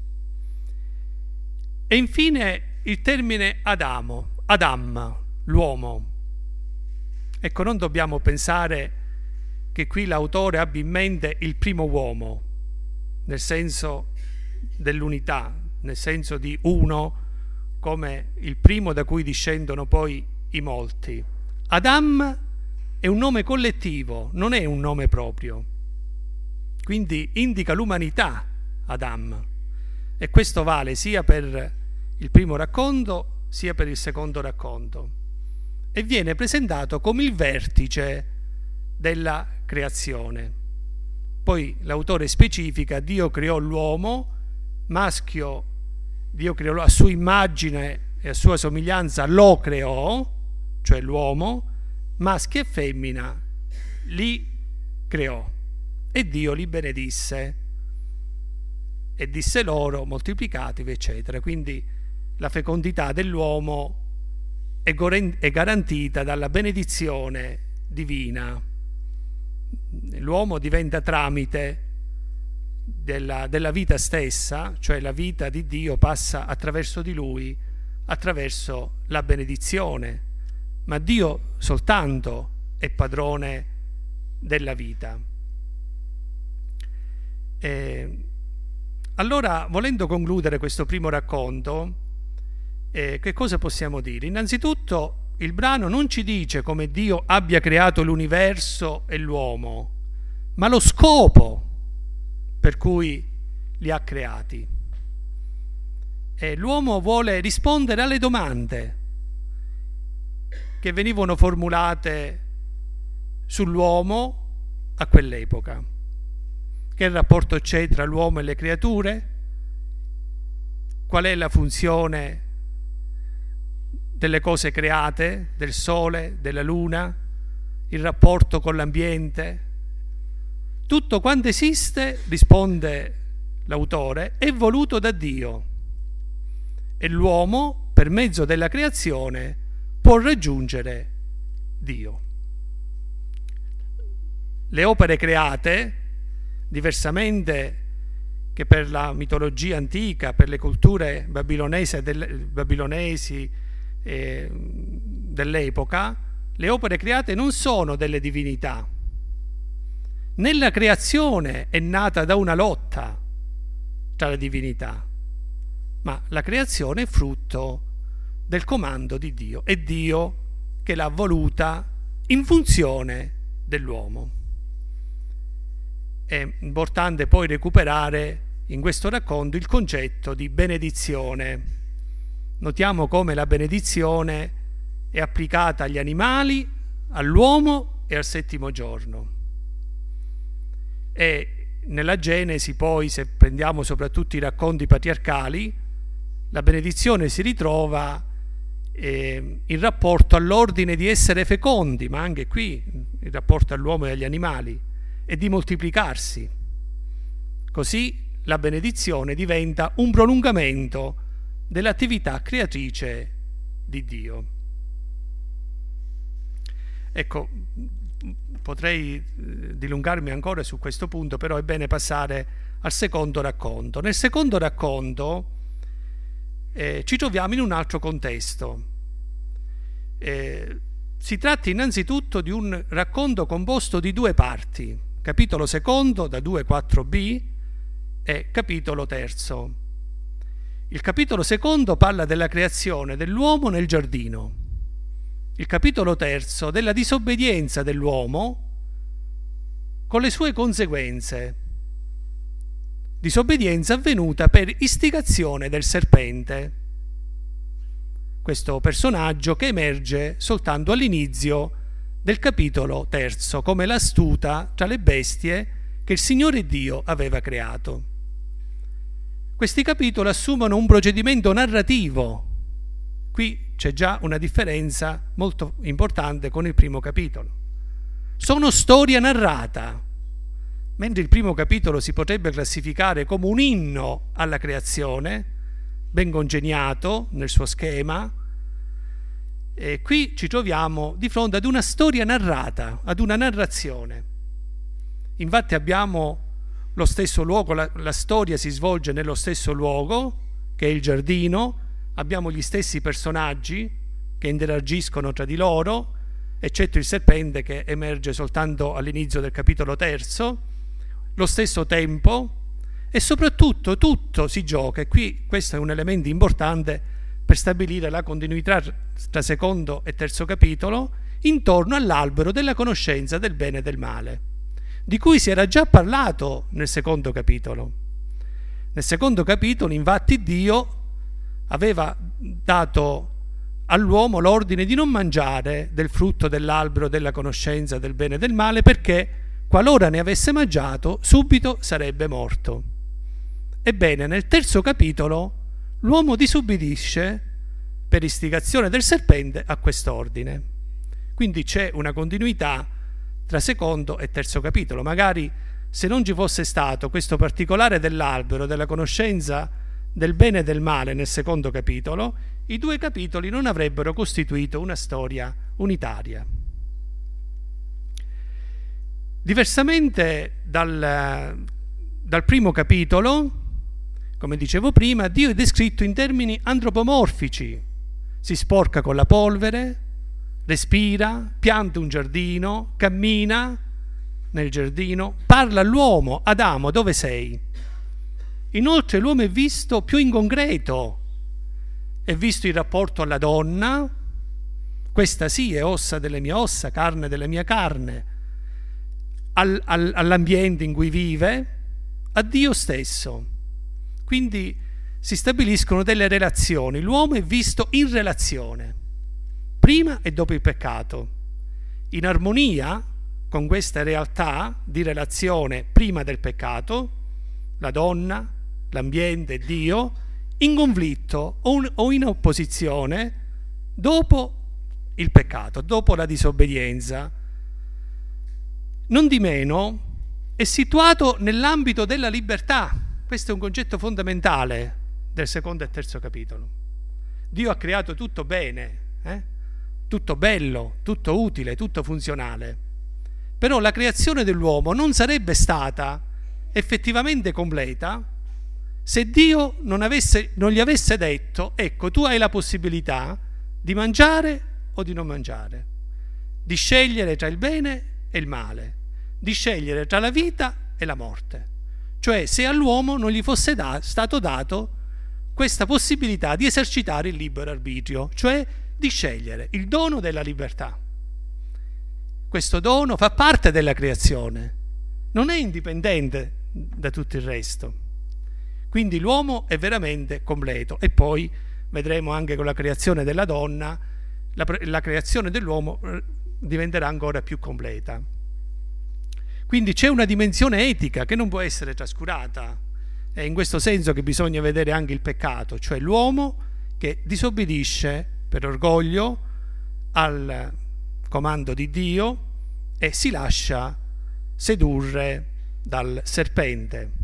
E infine il termine Adamo, Adam, l'uomo. Ecco, non dobbiamo pensare che qui l'autore abbia in mente il primo uomo, nel senso dell'unità, nel senso di uno, come il primo da cui discendono poi i molti. Adam è un nome collettivo, non è un nome proprio. Quindi indica l'umanità, Adam. E questo vale sia per il primo racconto, sia per il secondo racconto. E viene presentato come il vertice della creazione. Poi l'autore specifica: Dio creò l'uomo, maschio, Dio creò a sua immagine e a sua somiglianza lo creò, cioè l'uomo, maschio e femmina li creò. E Dio li benedisse e disse loro: moltiplicatevi, eccetera. Quindi la fecondità dell'uomo è garantita dalla benedizione divina. L'uomo diventa tramite della, della vita stessa, cioè la vita di Dio passa attraverso di lui, attraverso la benedizione, ma Dio soltanto è padrone della vita. Eh, allora, volendo concludere questo primo racconto, eh, che cosa possiamo dire? Innanzitutto, il brano non ci dice come Dio abbia creato l'universo e l'uomo, ma lo scopo per cui li ha creati. E l'uomo vuole rispondere alle domande che venivano formulate sull'uomo a quell'epoca. Che rapporto c'è tra l'uomo e le creature? Qual è la funzione delle cose create, del sole, della luna, il rapporto con l'ambiente? Tutto quanto esiste, risponde l'autore, è voluto da Dio e l'uomo, per mezzo della creazione, può raggiungere Dio. Le opere create, diversamente che per la mitologia antica, per le culture babilonesi, del, babilonesi eh, dell'epoca, le opere create non sono delle divinità. Nella creazione è nata da una lotta tra le divinità, ma la creazione è frutto del comando di Dio, è Dio che l'ha voluta in funzione dell'uomo. È importante poi recuperare in questo racconto il concetto di benedizione. Notiamo come la benedizione è applicata agli animali, all'uomo e al settimo giorno. E nella Genesi poi, se prendiamo soprattutto i racconti patriarcali, la benedizione si ritrova eh, in rapporto all'ordine di essere fecondi, ma anche qui in rapporto all'uomo e agli animali, e di moltiplicarsi. Così la benedizione diventa un prolungamento dell'attività creatrice di Dio. Ecco, potrei eh, dilungarmi ancora su questo punto, però è bene passare al secondo racconto. Nel secondo racconto eh, ci troviamo in un altro contesto. Eh, si tratta innanzitutto di un racconto composto di due parti, capitolo secondo da due quattro b e capitolo terzo. Il capitolo secondo parla della creazione dell'uomo nel giardino. Il capitolo terzo della disobbedienza dell'uomo con le sue conseguenze. Disobbedienza avvenuta per istigazione del serpente. Questo personaggio che emerge soltanto all'inizio del capitolo terzo come l'astuta tra le bestie che il Signore Dio aveva creato. Questi capitoli assumono un procedimento narrativo. Qui c'è già una differenza molto importante con il primo capitolo. Sono storia narrata, mentre il primo capitolo si potrebbe classificare come un inno alla creazione, ben congegnato nel suo schema, e qui ci troviamo di fronte ad una storia narrata, ad una narrazione. Infatti abbiamo lo stesso luogo, la, la storia si svolge nello stesso luogo, che è il giardino, abbiamo gli stessi personaggi che interagiscono tra di loro, eccetto il serpente che emerge soltanto all'inizio del capitolo terzo, lo stesso tempo e soprattutto tutto si gioca, e qui questo è un elemento importante per stabilire la continuità tra secondo e terzo capitolo, intorno all'albero della conoscenza del bene e del male, di cui si era già parlato nel secondo capitolo. Nel secondo capitolo, infatti, Dio aveva dato all'uomo l'ordine di non mangiare del frutto dell'albero della conoscenza del bene e del male, perché qualora ne avesse mangiato subito sarebbe morto. Ebbene, nel terzo capitolo l'uomo disubbidisce per istigazione del serpente a quest'ordine. Quindi c'è una continuità tra secondo e terzo capitolo. Magari se non ci fosse stato questo particolare dell'albero della conoscenza del bene e del male nel secondo capitolo, i due capitoli non avrebbero costituito una storia unitaria. Diversamente dal, dal primo capitolo, come dicevo prima, Dio è descritto in termini antropomorfici. Si sporca con la polvere, respira, pianta un giardino, cammina nel giardino, parla all'uomo: Adamo, dove sei? Inoltre l'uomo è visto più in concreto, è visto in rapporto alla donna, questa sì è ossa delle mie ossa, carne delle mie carne, al, al, all'ambiente in cui vive, a Dio stesso. Quindi si stabiliscono delle relazioni, l'uomo è visto in relazione, prima e dopo il peccato, in armonia con questa realtà di relazione prima del peccato, la donna, l'ambiente, Dio, in conflitto o in opposizione dopo il peccato, dopo la disobbedienza. Non di meno è situato nell'ambito della libertà. Questo è un concetto fondamentale del secondo e terzo capitolo. Dio ha creato tutto bene, eh? tutto bello, tutto utile, tutto funzionale. Però la creazione dell'uomo non sarebbe stata effettivamente completa se Dio non, avesse, non gli avesse detto: ecco, tu hai la possibilità di mangiare o di non mangiare, di scegliere tra il bene e il male, di scegliere tra la vita e la morte. Cioè, se all'uomo non gli fosse da, stato dato questa possibilità di esercitare il libero arbitrio, cioè di scegliere, il dono della libertà. Questo dono fa parte della creazione, non è indipendente da tutto il resto. Quindi l'uomo è veramente completo, e poi vedremo anche con la creazione della donna, la, la creazione dell'uomo diventerà ancora più completa. Quindi c'è una dimensione etica che non può essere trascurata. È in questo senso che bisogna vedere anche il peccato, cioè l'uomo che disobbedisce per orgoglio al comando di Dio e si lascia sedurre dal serpente.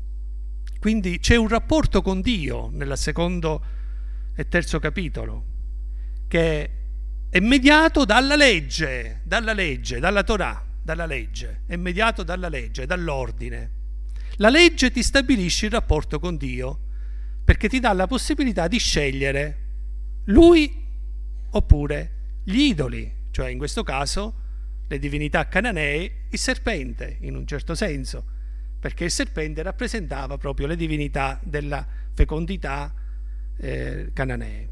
Quindi c'è un rapporto con Dio nel secondo e terzo capitolo. che è mediato dalla legge, dalla legge, dalla Torah, dalla legge, è mediato dalla legge, dall'ordine. La legge ti stabilisce il rapporto con Dio, perché ti dà la possibilità di scegliere Lui oppure gli idoli, cioè in questo caso le divinità cananee, il serpente in un certo senso, perché il serpente rappresentava proprio le divinità della fecondità eh, cananee.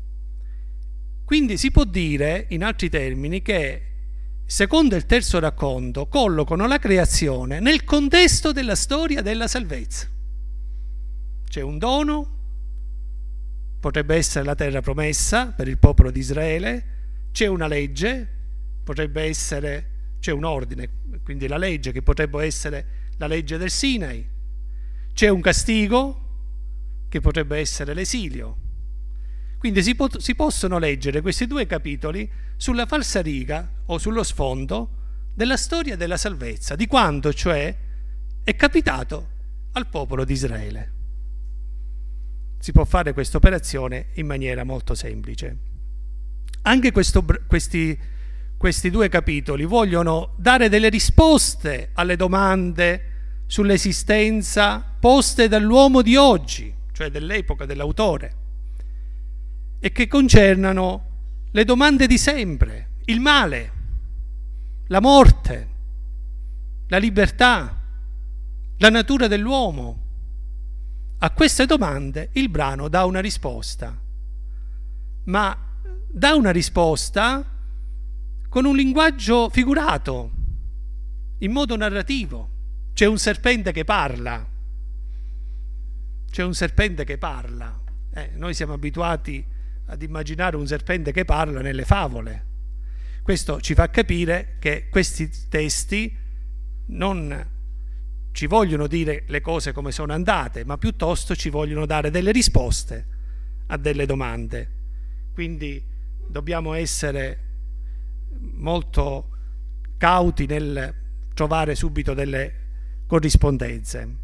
Quindi si può dire, in altri termini, che secondo il terzo racconto collocano la creazione nel contesto della storia della salvezza. C'è un dono, potrebbe essere la terra promessa per il popolo di Israele, c'è una legge, potrebbe essere, c'è un ordine, quindi la legge che potrebbe essere la legge del Sinai, c'è un castigo che potrebbe essere l'esilio. Quindi si, pot- si possono leggere questi due capitoli sulla falsariga o sullo sfondo della storia della salvezza, di quanto cioè è capitato al popolo di Israele. Si può fare questa operazione in maniera molto semplice. Anche questo, questi, questi due capitoli vogliono dare delle risposte alle domande sull'esistenza poste dall'uomo di oggi, cioè dell'epoca dell'autore, e che concernano le domande di sempre: il male, la morte, la libertà, la natura dell'uomo. A queste domande il brano dà una risposta, ma dà una risposta con un linguaggio figurato, in modo narrativo. C'è un serpente che parla, c'è un serpente che parla. Eh, noi siamo abituati ad immaginare un serpente che parla nelle favole. Questo ci fa capire che questi testi non ci vogliono dire le cose come sono andate, ma piuttosto ci vogliono dare delle risposte a delle domande. Quindi dobbiamo essere molto cauti nel trovare subito delle corrispondenze.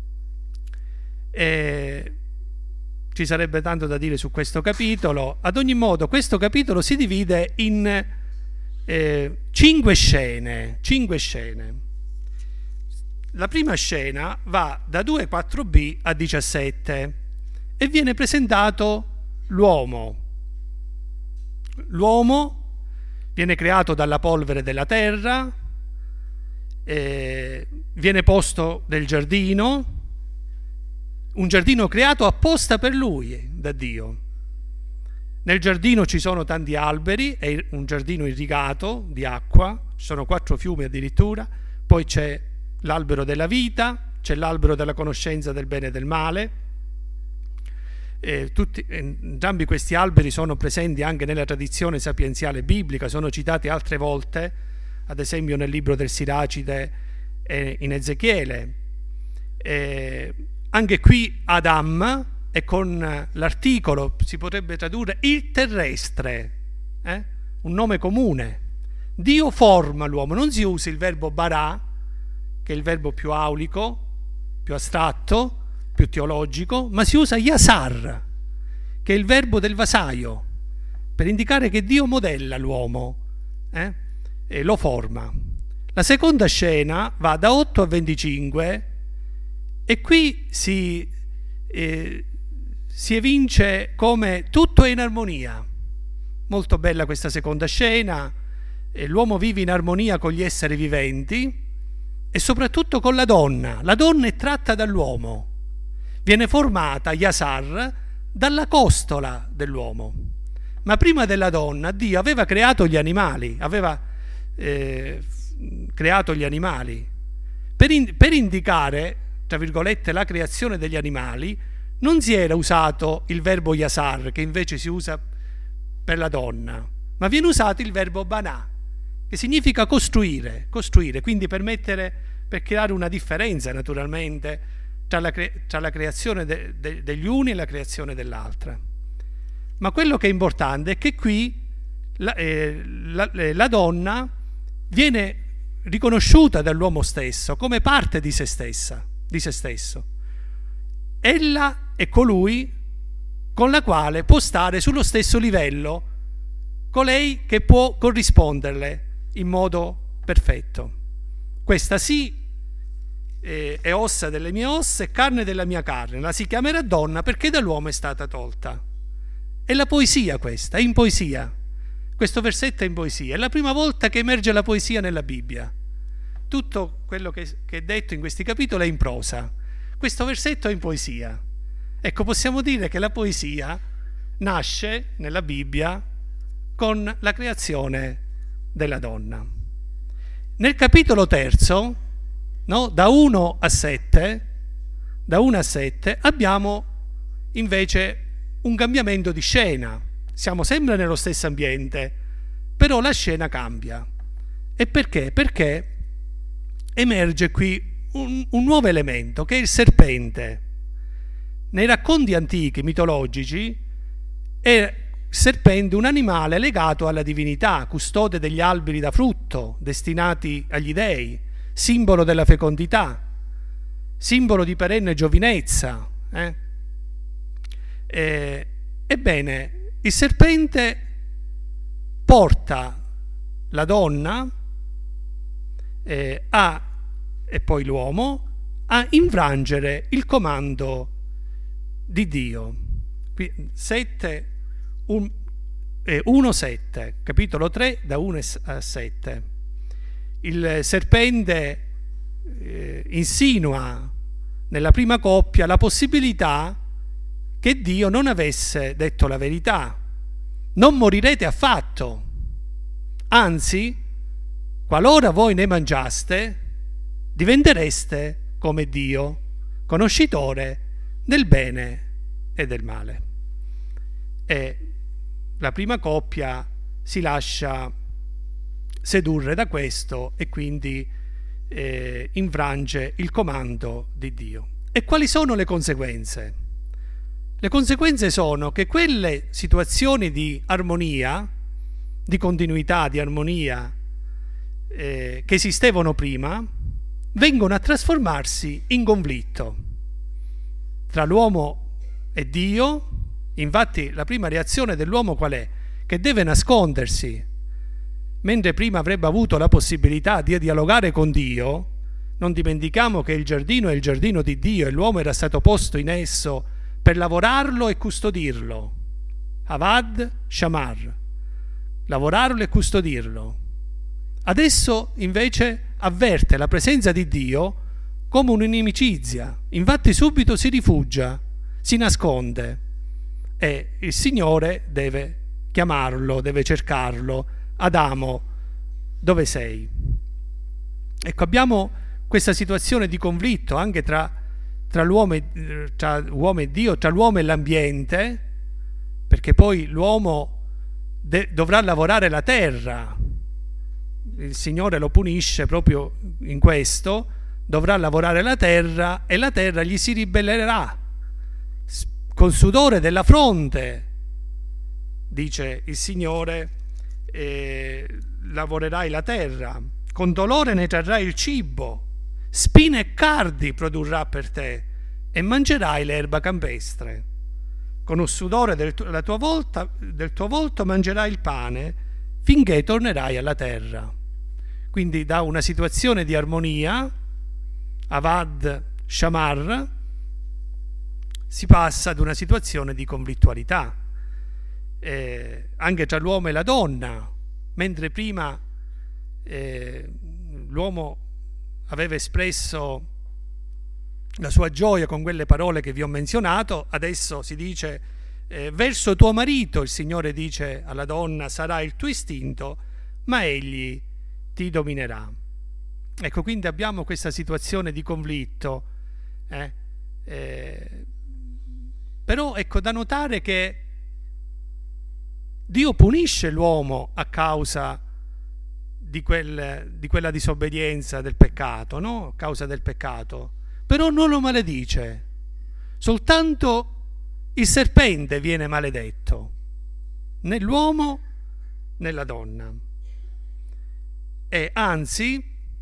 E ci sarebbe tanto da dire su questo capitolo. Ad ogni modo, questo capitolo si divide in eh, cinque scene. Cinque scene. La prima scena va da due quattro b a diciassette e viene presentato l'uomo. L'uomo viene creato dalla polvere della terra, eh, viene posto nel giardino, un giardino creato apposta per lui da Dio. Nel giardino ci sono tanti alberi, è un giardino irrigato di acqua, ci sono quattro fiumi addirittura, poi c'è l'albero della vita, c'è l'albero della conoscenza del bene e del male. Eh, tutti, entrambi questi alberi sono presenti anche nella tradizione sapienziale biblica, sono citati altre volte, ad esempio nel libro del Siracide e in Ezechiele. Eh, anche qui Adam, e con l'articolo si potrebbe tradurre il terrestre, eh? un nome comune. Dio forma l'uomo, non si usa il verbo bara, che è il verbo più aulico, più astratto, più teologico, ma si usa yasar, che è il verbo del vasaio, per indicare che Dio modella l'uomo eh? e lo forma. La seconda scena va da otto a venticinque e qui si, eh, si evince come tutto è in armonia. Molto bella questa seconda scena, eh, l'uomo vive in armonia con gli esseri viventi e soprattutto con la donna. La donna è tratta dall'uomo, viene formata, Yasar, dalla costola dell'uomo. Ma prima della donna Dio aveva creato gli animali, aveva eh, creato gli animali. Per, in, per indicare, tra virgolette, la creazione degli animali, non si era usato il verbo Yasar, che invece si usa per la donna, ma viene usato il verbo Banà, che significa costruire, costruire, quindi per, mettere, per creare una differenza naturalmente tra la, cre- tra la creazione de- de- degli uni e la creazione dell'altra. Ma quello che è importante è che qui la, eh, la, eh, la donna viene riconosciuta dall'uomo stesso come parte di se stessa, di se stesso. Ella è colui con la quale può stare sullo stesso livello colei che può corrisponderle in modo perfetto. Questa sì eh, è ossa delle mie ossa e carne della mia carne, la si chiamerà donna perché dall'uomo è stata tolta. È la poesia questa, è in poesia. Questo versetto è in poesia, è la prima volta che emerge la poesia nella Bibbia. Tutto quello che, che è detto in questi capitoli è in prosa. Questo versetto è in poesia. Ecco, possiamo dire che la poesia nasce nella Bibbia con la creazione della donna. Nel capitolo terzo, no, da uno a sette, da uno a sette abbiamo invece un cambiamento di scena. Siamo sempre nello stesso ambiente, però la scena cambia. E perché? Perché emerge qui un, un nuovo elemento, che è il serpente. Nei racconti antichi, mitologici, è il serpente un animale legato alla divinità, custode degli alberi da frutto, destinati agli dei, simbolo della fecondità, simbolo di perenne giovinezza. Eh? Eh, ebbene, il serpente porta la donna eh, a, e poi l'uomo a infrangere il comando di Dio. uno sette, capitolo tre, da uno a sette. Il serpente eh, insinua nella prima coppia la possibilità che Dio non avesse detto la verità. Non morirete affatto, anzi, qualora voi ne mangiaste, diventereste come Dio, conoscitore del bene e del male. E la prima coppia si lascia sedurre da questo e quindi eh, infrange il comando di Dio. E quali sono le conseguenze? Le conseguenze sono che quelle situazioni di armonia, di continuità, di armonia eh, che esistevano prima, vengono a trasformarsi in conflitto tra l'uomo e Dio. Infatti la prima reazione dell'uomo qual è? Che deve nascondersi. Mentre prima avrebbe avuto la possibilità di dialogare con Dio, non dimentichiamo che il giardino è il giardino di Dio e l'uomo era stato posto in esso per lavorarlo e custodirlo. Avad Shamar, lavorarlo e custodirlo. Adesso invece avverte la presenza di Dio come un'inimicizia, infatti subito si rifugia, si nasconde e il Signore deve chiamarlo, deve cercarlo. Adamo, dove sei? Ecco, abbiamo questa situazione di conflitto anche tra, tra, l'uomo e, tra l'uomo e Dio, tra l'uomo e l'ambiente, perché poi l'uomo de- dovrà lavorare la terra. Il Signore lo punisce proprio in questo, dovrà lavorare la terra e la terra gli si ribellerà con sudore della fronte, dice il Signore. E lavorerai la terra, con dolore ne tratterai il cibo, spine e cardi produrrà per te e mangerai l'erba campestre. Con il sudore del tuo, la tua volta, del tuo volto mangerai il pane finché tornerai alla terra. Quindi da una situazione di armonia, Avad Shamar, si passa ad una situazione di conflittualità. Eh, anche tra l'uomo e la donna, mentre prima eh, l'uomo aveva espresso la sua gioia con quelle parole che vi ho menzionato, adesso si dice eh, verso tuo marito, il Signore dice alla donna, sarà il tuo istinto, ma egli ti dominerà. Ecco, quindi abbiamo questa situazione di conflitto, eh? Eh, però ecco da notare che Dio punisce l'uomo a causa di, quel, di quella disobbedienza del peccato, no? A causa del peccato, però non lo maledice. Soltanto il serpente viene maledetto, né l'uomo né la donna. E anzi,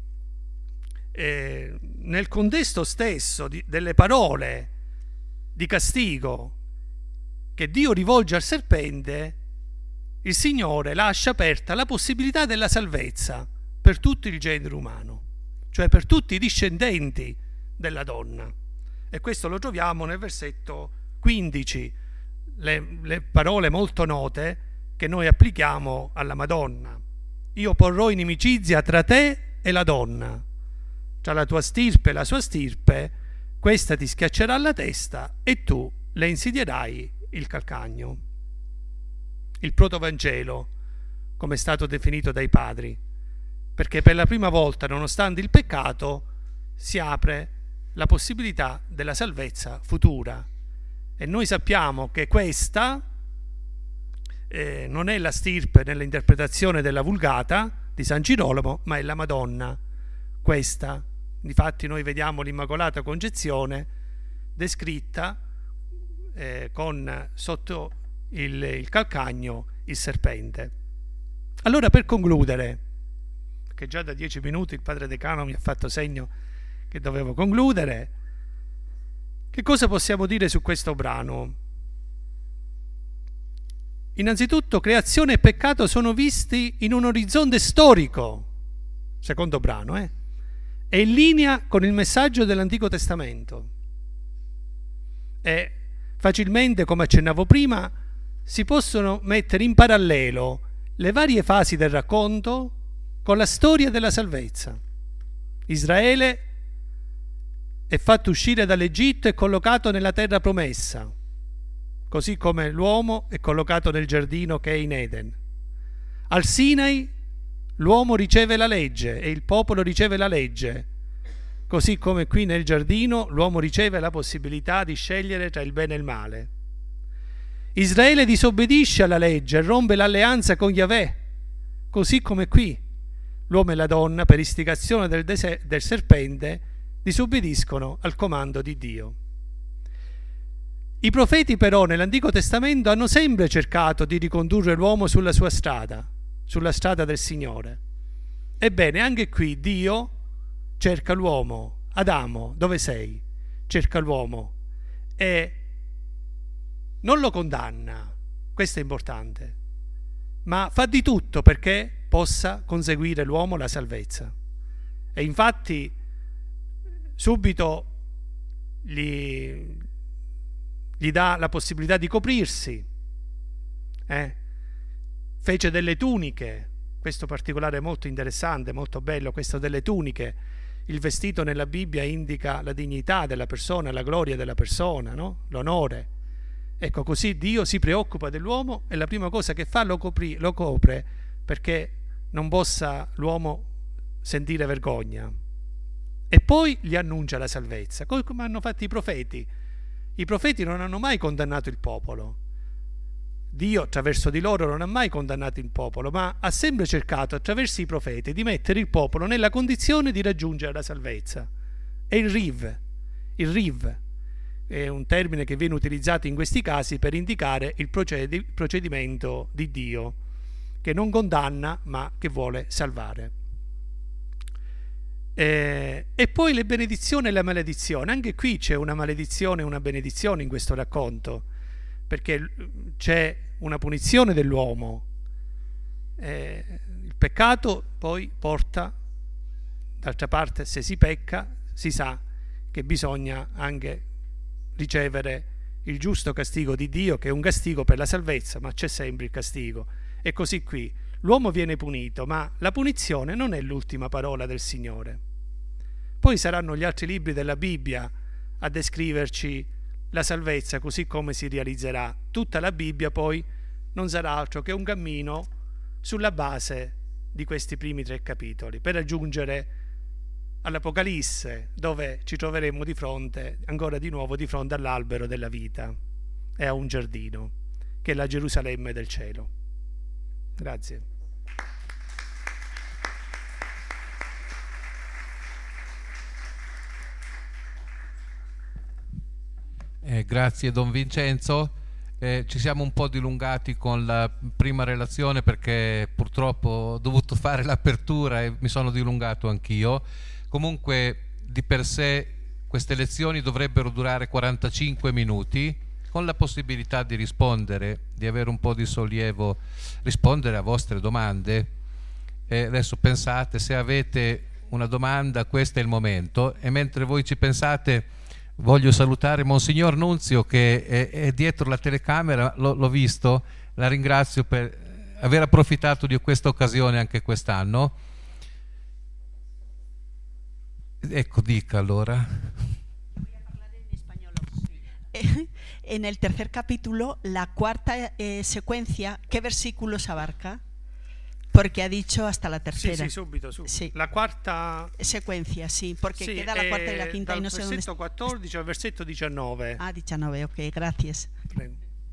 eh, nel contesto stesso di, delle parole di castigo che Dio rivolge al serpente, il Signore lascia aperta la possibilità della salvezza per tutto il genere umano, cioè per tutti i discendenti della donna. E questo lo troviamo nel versetto quindici, le, le parole molto note che noi applichiamo alla Madonna. Io porrò inimicizia tra te e la donna, tra la tua stirpe e la sua stirpe, questa ti schiaccerà la testa e tu le insidierai il calcagno. Il protovangelo, come è stato definito dai padri, perché per la prima volta, nonostante il peccato, si apre la possibilità della salvezza futura. E noi sappiamo che questa eh, non è la stirpe nell'interpretazione della Vulgata di San Girolamo, ma è la Madonna. Questa, difatti noi vediamo l'Immacolata Concezione descritta eh, con sotto il, il calcagno il serpente. Allora, per concludere, che già da dieci minuti il padre decano mi ha fatto segno che dovevo concludere, che cosa possiamo dire su questo brano? Innanzitutto, creazione e peccato sono visti in un orizzonte storico, secondo brano, eh? È in linea con il messaggio dell'Antico Testamento e facilmente, come accennavo prima, si possono mettere in parallelo le varie fasi del racconto con la storia della salvezza. Israele è fatto uscire dall'Egitto e collocato nella terra promessa, così come l'uomo è collocato nel giardino che è in Eden. Al Sinai l'uomo riceve la legge e il popolo riceve la legge, così come qui nel giardino l'uomo riceve la possibilità di scegliere tra il bene e il male. Israele disobbedisce alla legge e rompe l'alleanza con Yahweh, così come qui l'uomo e la donna, per istigazione del, dese- del serpente, disobbediscono al comando di Dio. I profeti però nell'Antico Testamento hanno sempre cercato di ricondurre l'uomo sulla sua strada, sulla strada del Signore. Ebbene, anche qui Dio cerca l'uomo. Adamo, dove sei? Cerca l'uomo e non lo condanna, questo è importante, ma fa di tutto perché possa conseguire l'uomo la salvezza. E infatti subito gli, gli dà la possibilità di coprirsi, eh? Fece delle tuniche, questo particolare è molto interessante, molto bello, questo delle tuniche. Il vestito nella Bibbia indica la dignità della persona, la gloria della persona, no? L'onore. Ecco, così Dio si preoccupa dell'uomo e la prima cosa che fa lo, copri, lo copre perché non possa l'uomo sentire vergogna. E poi gli annuncia la salvezza, come hanno fatto i profeti. I profeti non hanno mai condannato il popolo. Dio attraverso di loro non ha mai condannato il popolo, ma ha sempre cercato attraverso i profeti di mettere il popolo nella condizione di raggiungere la salvezza. E il riv, il riv è un termine che viene utilizzato in questi casi per indicare il procedi- procedimento di Dio, che non condanna ma che vuole salvare. Eh, e poi le benedizioni e la maledizione. Anche qui c'è una maledizione e una benedizione in questo racconto, perché c'è una punizione dell'uomo. Eh, il peccato poi porta, d'altra parte, se si pecca si sa che bisogna anche ricevere il giusto castigo di Dio, che è un castigo per la salvezza, ma c'è sempre il castigo. E così qui l'uomo viene punito, ma la punizione non è l'ultima parola del Signore. Poi saranno gli altri libri della Bibbia a descriverci la salvezza, così come si realizzerà. Tutta la Bibbia poi non sarà altro che un cammino sulla base di questi primi tre capitoli, per raggiungere all'Apocalisse, dove ci troveremo di fronte, ancora di nuovo, di fronte all'albero della vita e a un giardino, che è la Gerusalemme del cielo. Grazie. Eh, grazie Don Vincenzo. Eh, ci siamo un po' dilungati con la prima relazione perché purtroppo ho dovuto fare l'apertura e mi sono dilungato anch'io. Comunque di per sé queste lezioni dovrebbero durare quarantacinque minuti, con la possibilità di rispondere, di avere un po' di sollievo, rispondere a vostre domande. E adesso pensate, se avete una domanda, questo è il momento, e mentre voi ci pensate voglio salutare Monsignor Nunzio che è, è dietro la telecamera, l'ho visto, la ringrazio per aver approfittato di questa occasione anche quest'anno. Ecco, dica allora. Voy a hablar en español. En el tercer capítulo, la cuarta eh, secuencia, ¿qué versículos abarca? Porque ha dicho hasta la tercera. Sì, sì, subito, subito. Sí. La quarta secuencia, sí, porque sì, queda la cuarta y la quinta y no sé dónde. Dal versetto quattordici al versetto diciannove. Ah, diciannove, ok, gracias. Prego.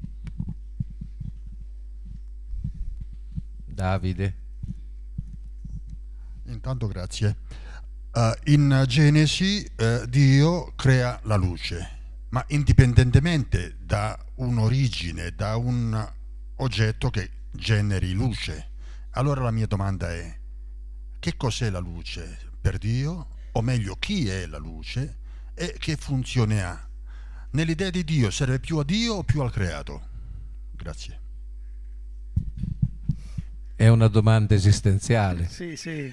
Davide. Intanto grazie. Uh, in Genesi uh, Dio crea la luce, ma indipendentemente da un'origine, da un oggetto che generi luce. Allora la mia domanda è: che cos'è la luce per Dio? O meglio, chi è la luce e che funzione ha? Nell'idea di Dio serve più a Dio o più al creato? Grazie. È una domanda esistenziale. Sì, sì.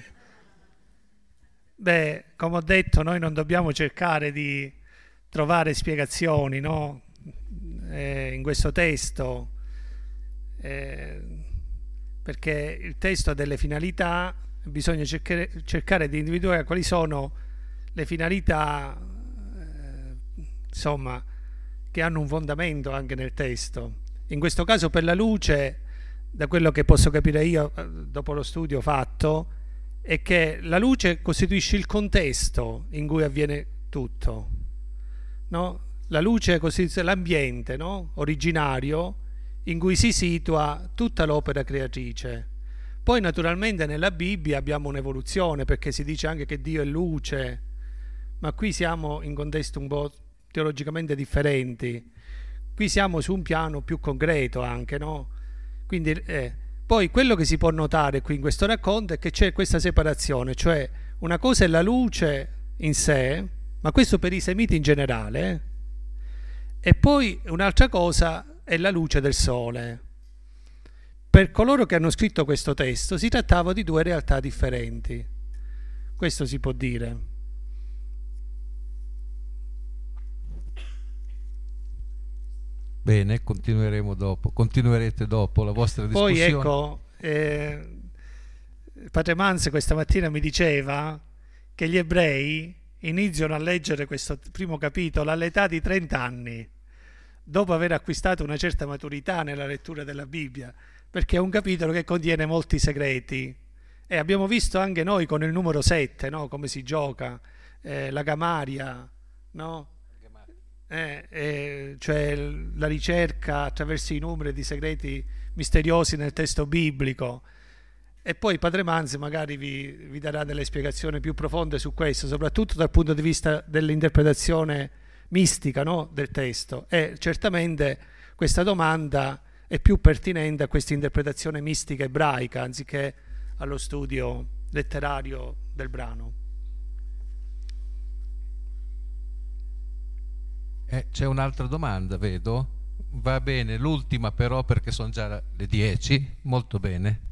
Beh, come ho detto, noi non dobbiamo cercare di trovare spiegazioni, no? Eh, in questo testo, eh, perché il testo ha delle finalità, bisogna cercare, cercare di individuare quali sono le finalità, eh, insomma, che hanno un fondamento anche nel testo. In questo caso per la luce, da quello che posso capire io dopo lo studio fatto, è che la luce costituisce il contesto in cui avviene tutto, no? La luce costituisce l'ambiente, no? Originario in cui si situa tutta l'opera creatrice. Poi naturalmente nella Bibbia abbiamo un'evoluzione, perché si dice anche che Dio è luce, ma qui siamo in contesti un po' teologicamente differenti. Qui siamo su un piano più concreto anche, no? Quindi eh, poi quello che si può notare qui in questo racconto è che c'è questa separazione, cioè una cosa è la luce in sé, ma questo per i semiti in generale, eh? E poi un'altra cosa è la luce del sole. Per coloro che hanno scritto questo testo si trattava di due realtà differenti, questo si può dire. Bene, continueremo dopo, continuerete dopo la vostra discussione. Poi ecco, eh, Padre Manz questa mattina mi diceva che gli ebrei iniziano a leggere questo primo capitolo all'età di trenta anni, dopo aver acquistato una certa maturità nella lettura della Bibbia, perché è un capitolo che contiene molti segreti. E abbiamo visto anche noi con il numero sette, no? Come si gioca, eh, la Gamaria, no? Eh, eh, cioè la ricerca attraverso i numeri di segreti misteriosi nel testo biblico. E poi Padre Manzi magari vi, vi darà delle spiegazioni più profonde su questo, soprattutto dal punto di vista dell'interpretazione mistica, no? Del testo. E certamente questa domanda è più pertinente a questa interpretazione mistica ebraica anziché allo studio letterario del brano. Eh, c'è un'altra domanda, vedo. Va bene, l'ultima però, perché sono già le dieci. Molto bene.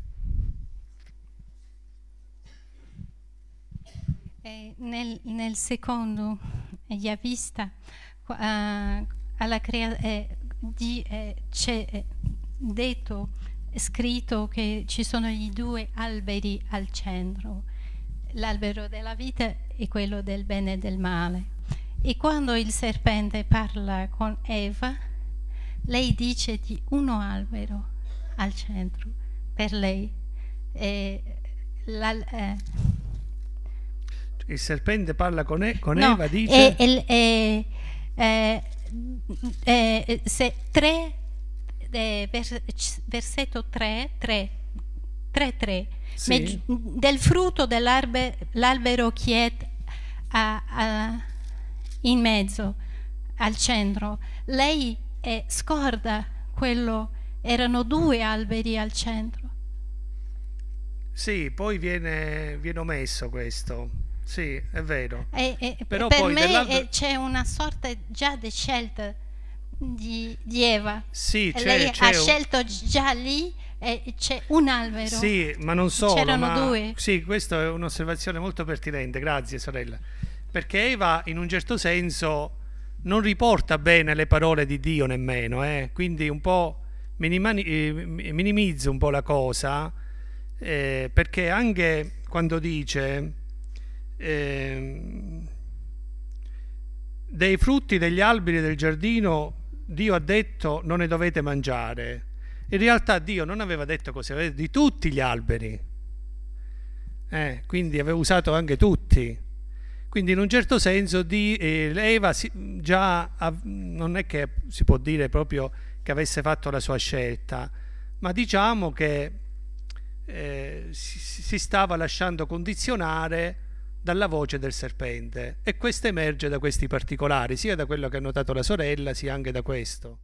Eh, nel, nel secondo Yavista uh, alla crea- eh, di, eh, c'è eh, detto, scritto che ci sono i due alberi al centro, l'albero della vita e quello del bene e del male. E quando il serpente parla con Eva, lei dice di uno albero al centro per lei. E la, eh. Il serpente parla con, e- con no, Eva, dice... E, e, e, e, e, se tre, eh, vers, versetto tre, tre, tre, tre, sì. del frutto dell'albero che è a, a in mezzo al centro, lei eh, scorda quello, erano due alberi al centro. Sì, poi viene, viene omesso questo, sì, è vero. E, e, Però per poi me dell'albero... eh, c'è una sorta già di scelta di, di Eva. Sì, c'è, lei c'è ha un... scelto già lì e c'è un albero. Sì, ma non solo. C'erano ma... due. Sì, questa è un'osservazione molto pertinente, grazie sorella. Perché Eva in un certo senso non riporta bene le parole di Dio nemmeno, eh? Quindi un po' minimani... minimizza un po' la cosa, eh, perché anche quando dice eh, dei frutti degli alberi del giardino Dio ha detto non ne dovete mangiare, in realtà Dio non aveva detto così, aveva detto di tutti gli alberi, eh, quindi aveva usato anche tutti. Quindi in un certo senso di, eh, Eva si, già av, non è che si può dire proprio che avesse fatto la sua scelta, ma diciamo che eh, si, si stava lasciando condizionare dalla voce del serpente, e questo emerge da questi particolari, sia da quello che ha notato la sorella, sia anche da questo.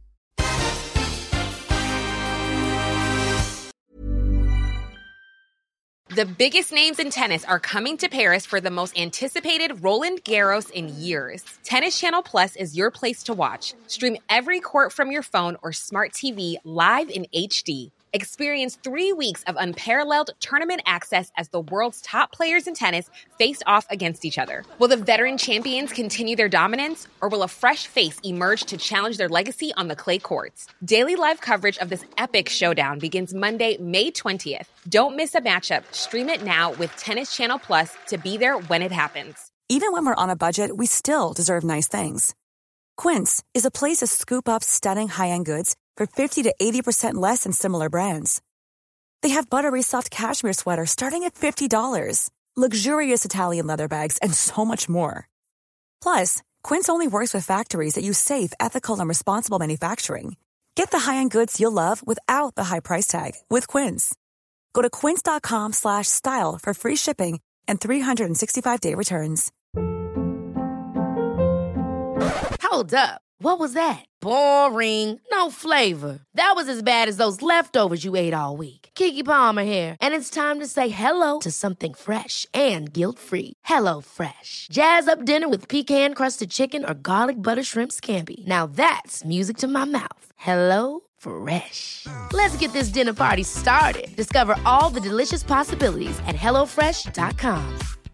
The biggest names in tennis are coming to Paris for the most anticipated Roland Garros in years. Tennis Channel Plus is your place to watch. Stream every court from your phone or smart T V live in H D. Experience three weeks of unparalleled tournament access as the world's top players in tennis face off against each other. Will the veteran champions continue their dominance, or will a fresh face emerge to challenge their legacy on the clay courts? Daily live coverage of this epic showdown begins Monday, May twentieth. Don't miss a matchup. Stream it now with Tennis Channel Plus to be there when it happens. Even when we're on a budget, we still deserve nice things. Quince is a place to scoop up stunning high-end goods for fifty to eighty percent less than similar brands. They have buttery soft cashmere sweaters starting at fifty dollars, luxurious Italian leather bags, and so much more. Plus, Quince only works with factories that use safe, ethical, and responsible manufacturing. Get the high-end goods you'll love without the high price tag with Quince. Go to quince.com slash style for free shipping and three sixty-five day returns. Hold up. What was that? Boring. No flavor. That was as bad as those leftovers you ate all week. Keke Palmer here, and it's time to say hello to something fresh and guilt-free. Hello Fresh. Jazz up dinner with pecan-crusted chicken or garlic butter shrimp scampi. Now that's music to my mouth. Hello Fresh. Let's get this dinner party started. Discover all the delicious possibilities at hello fresh dot com.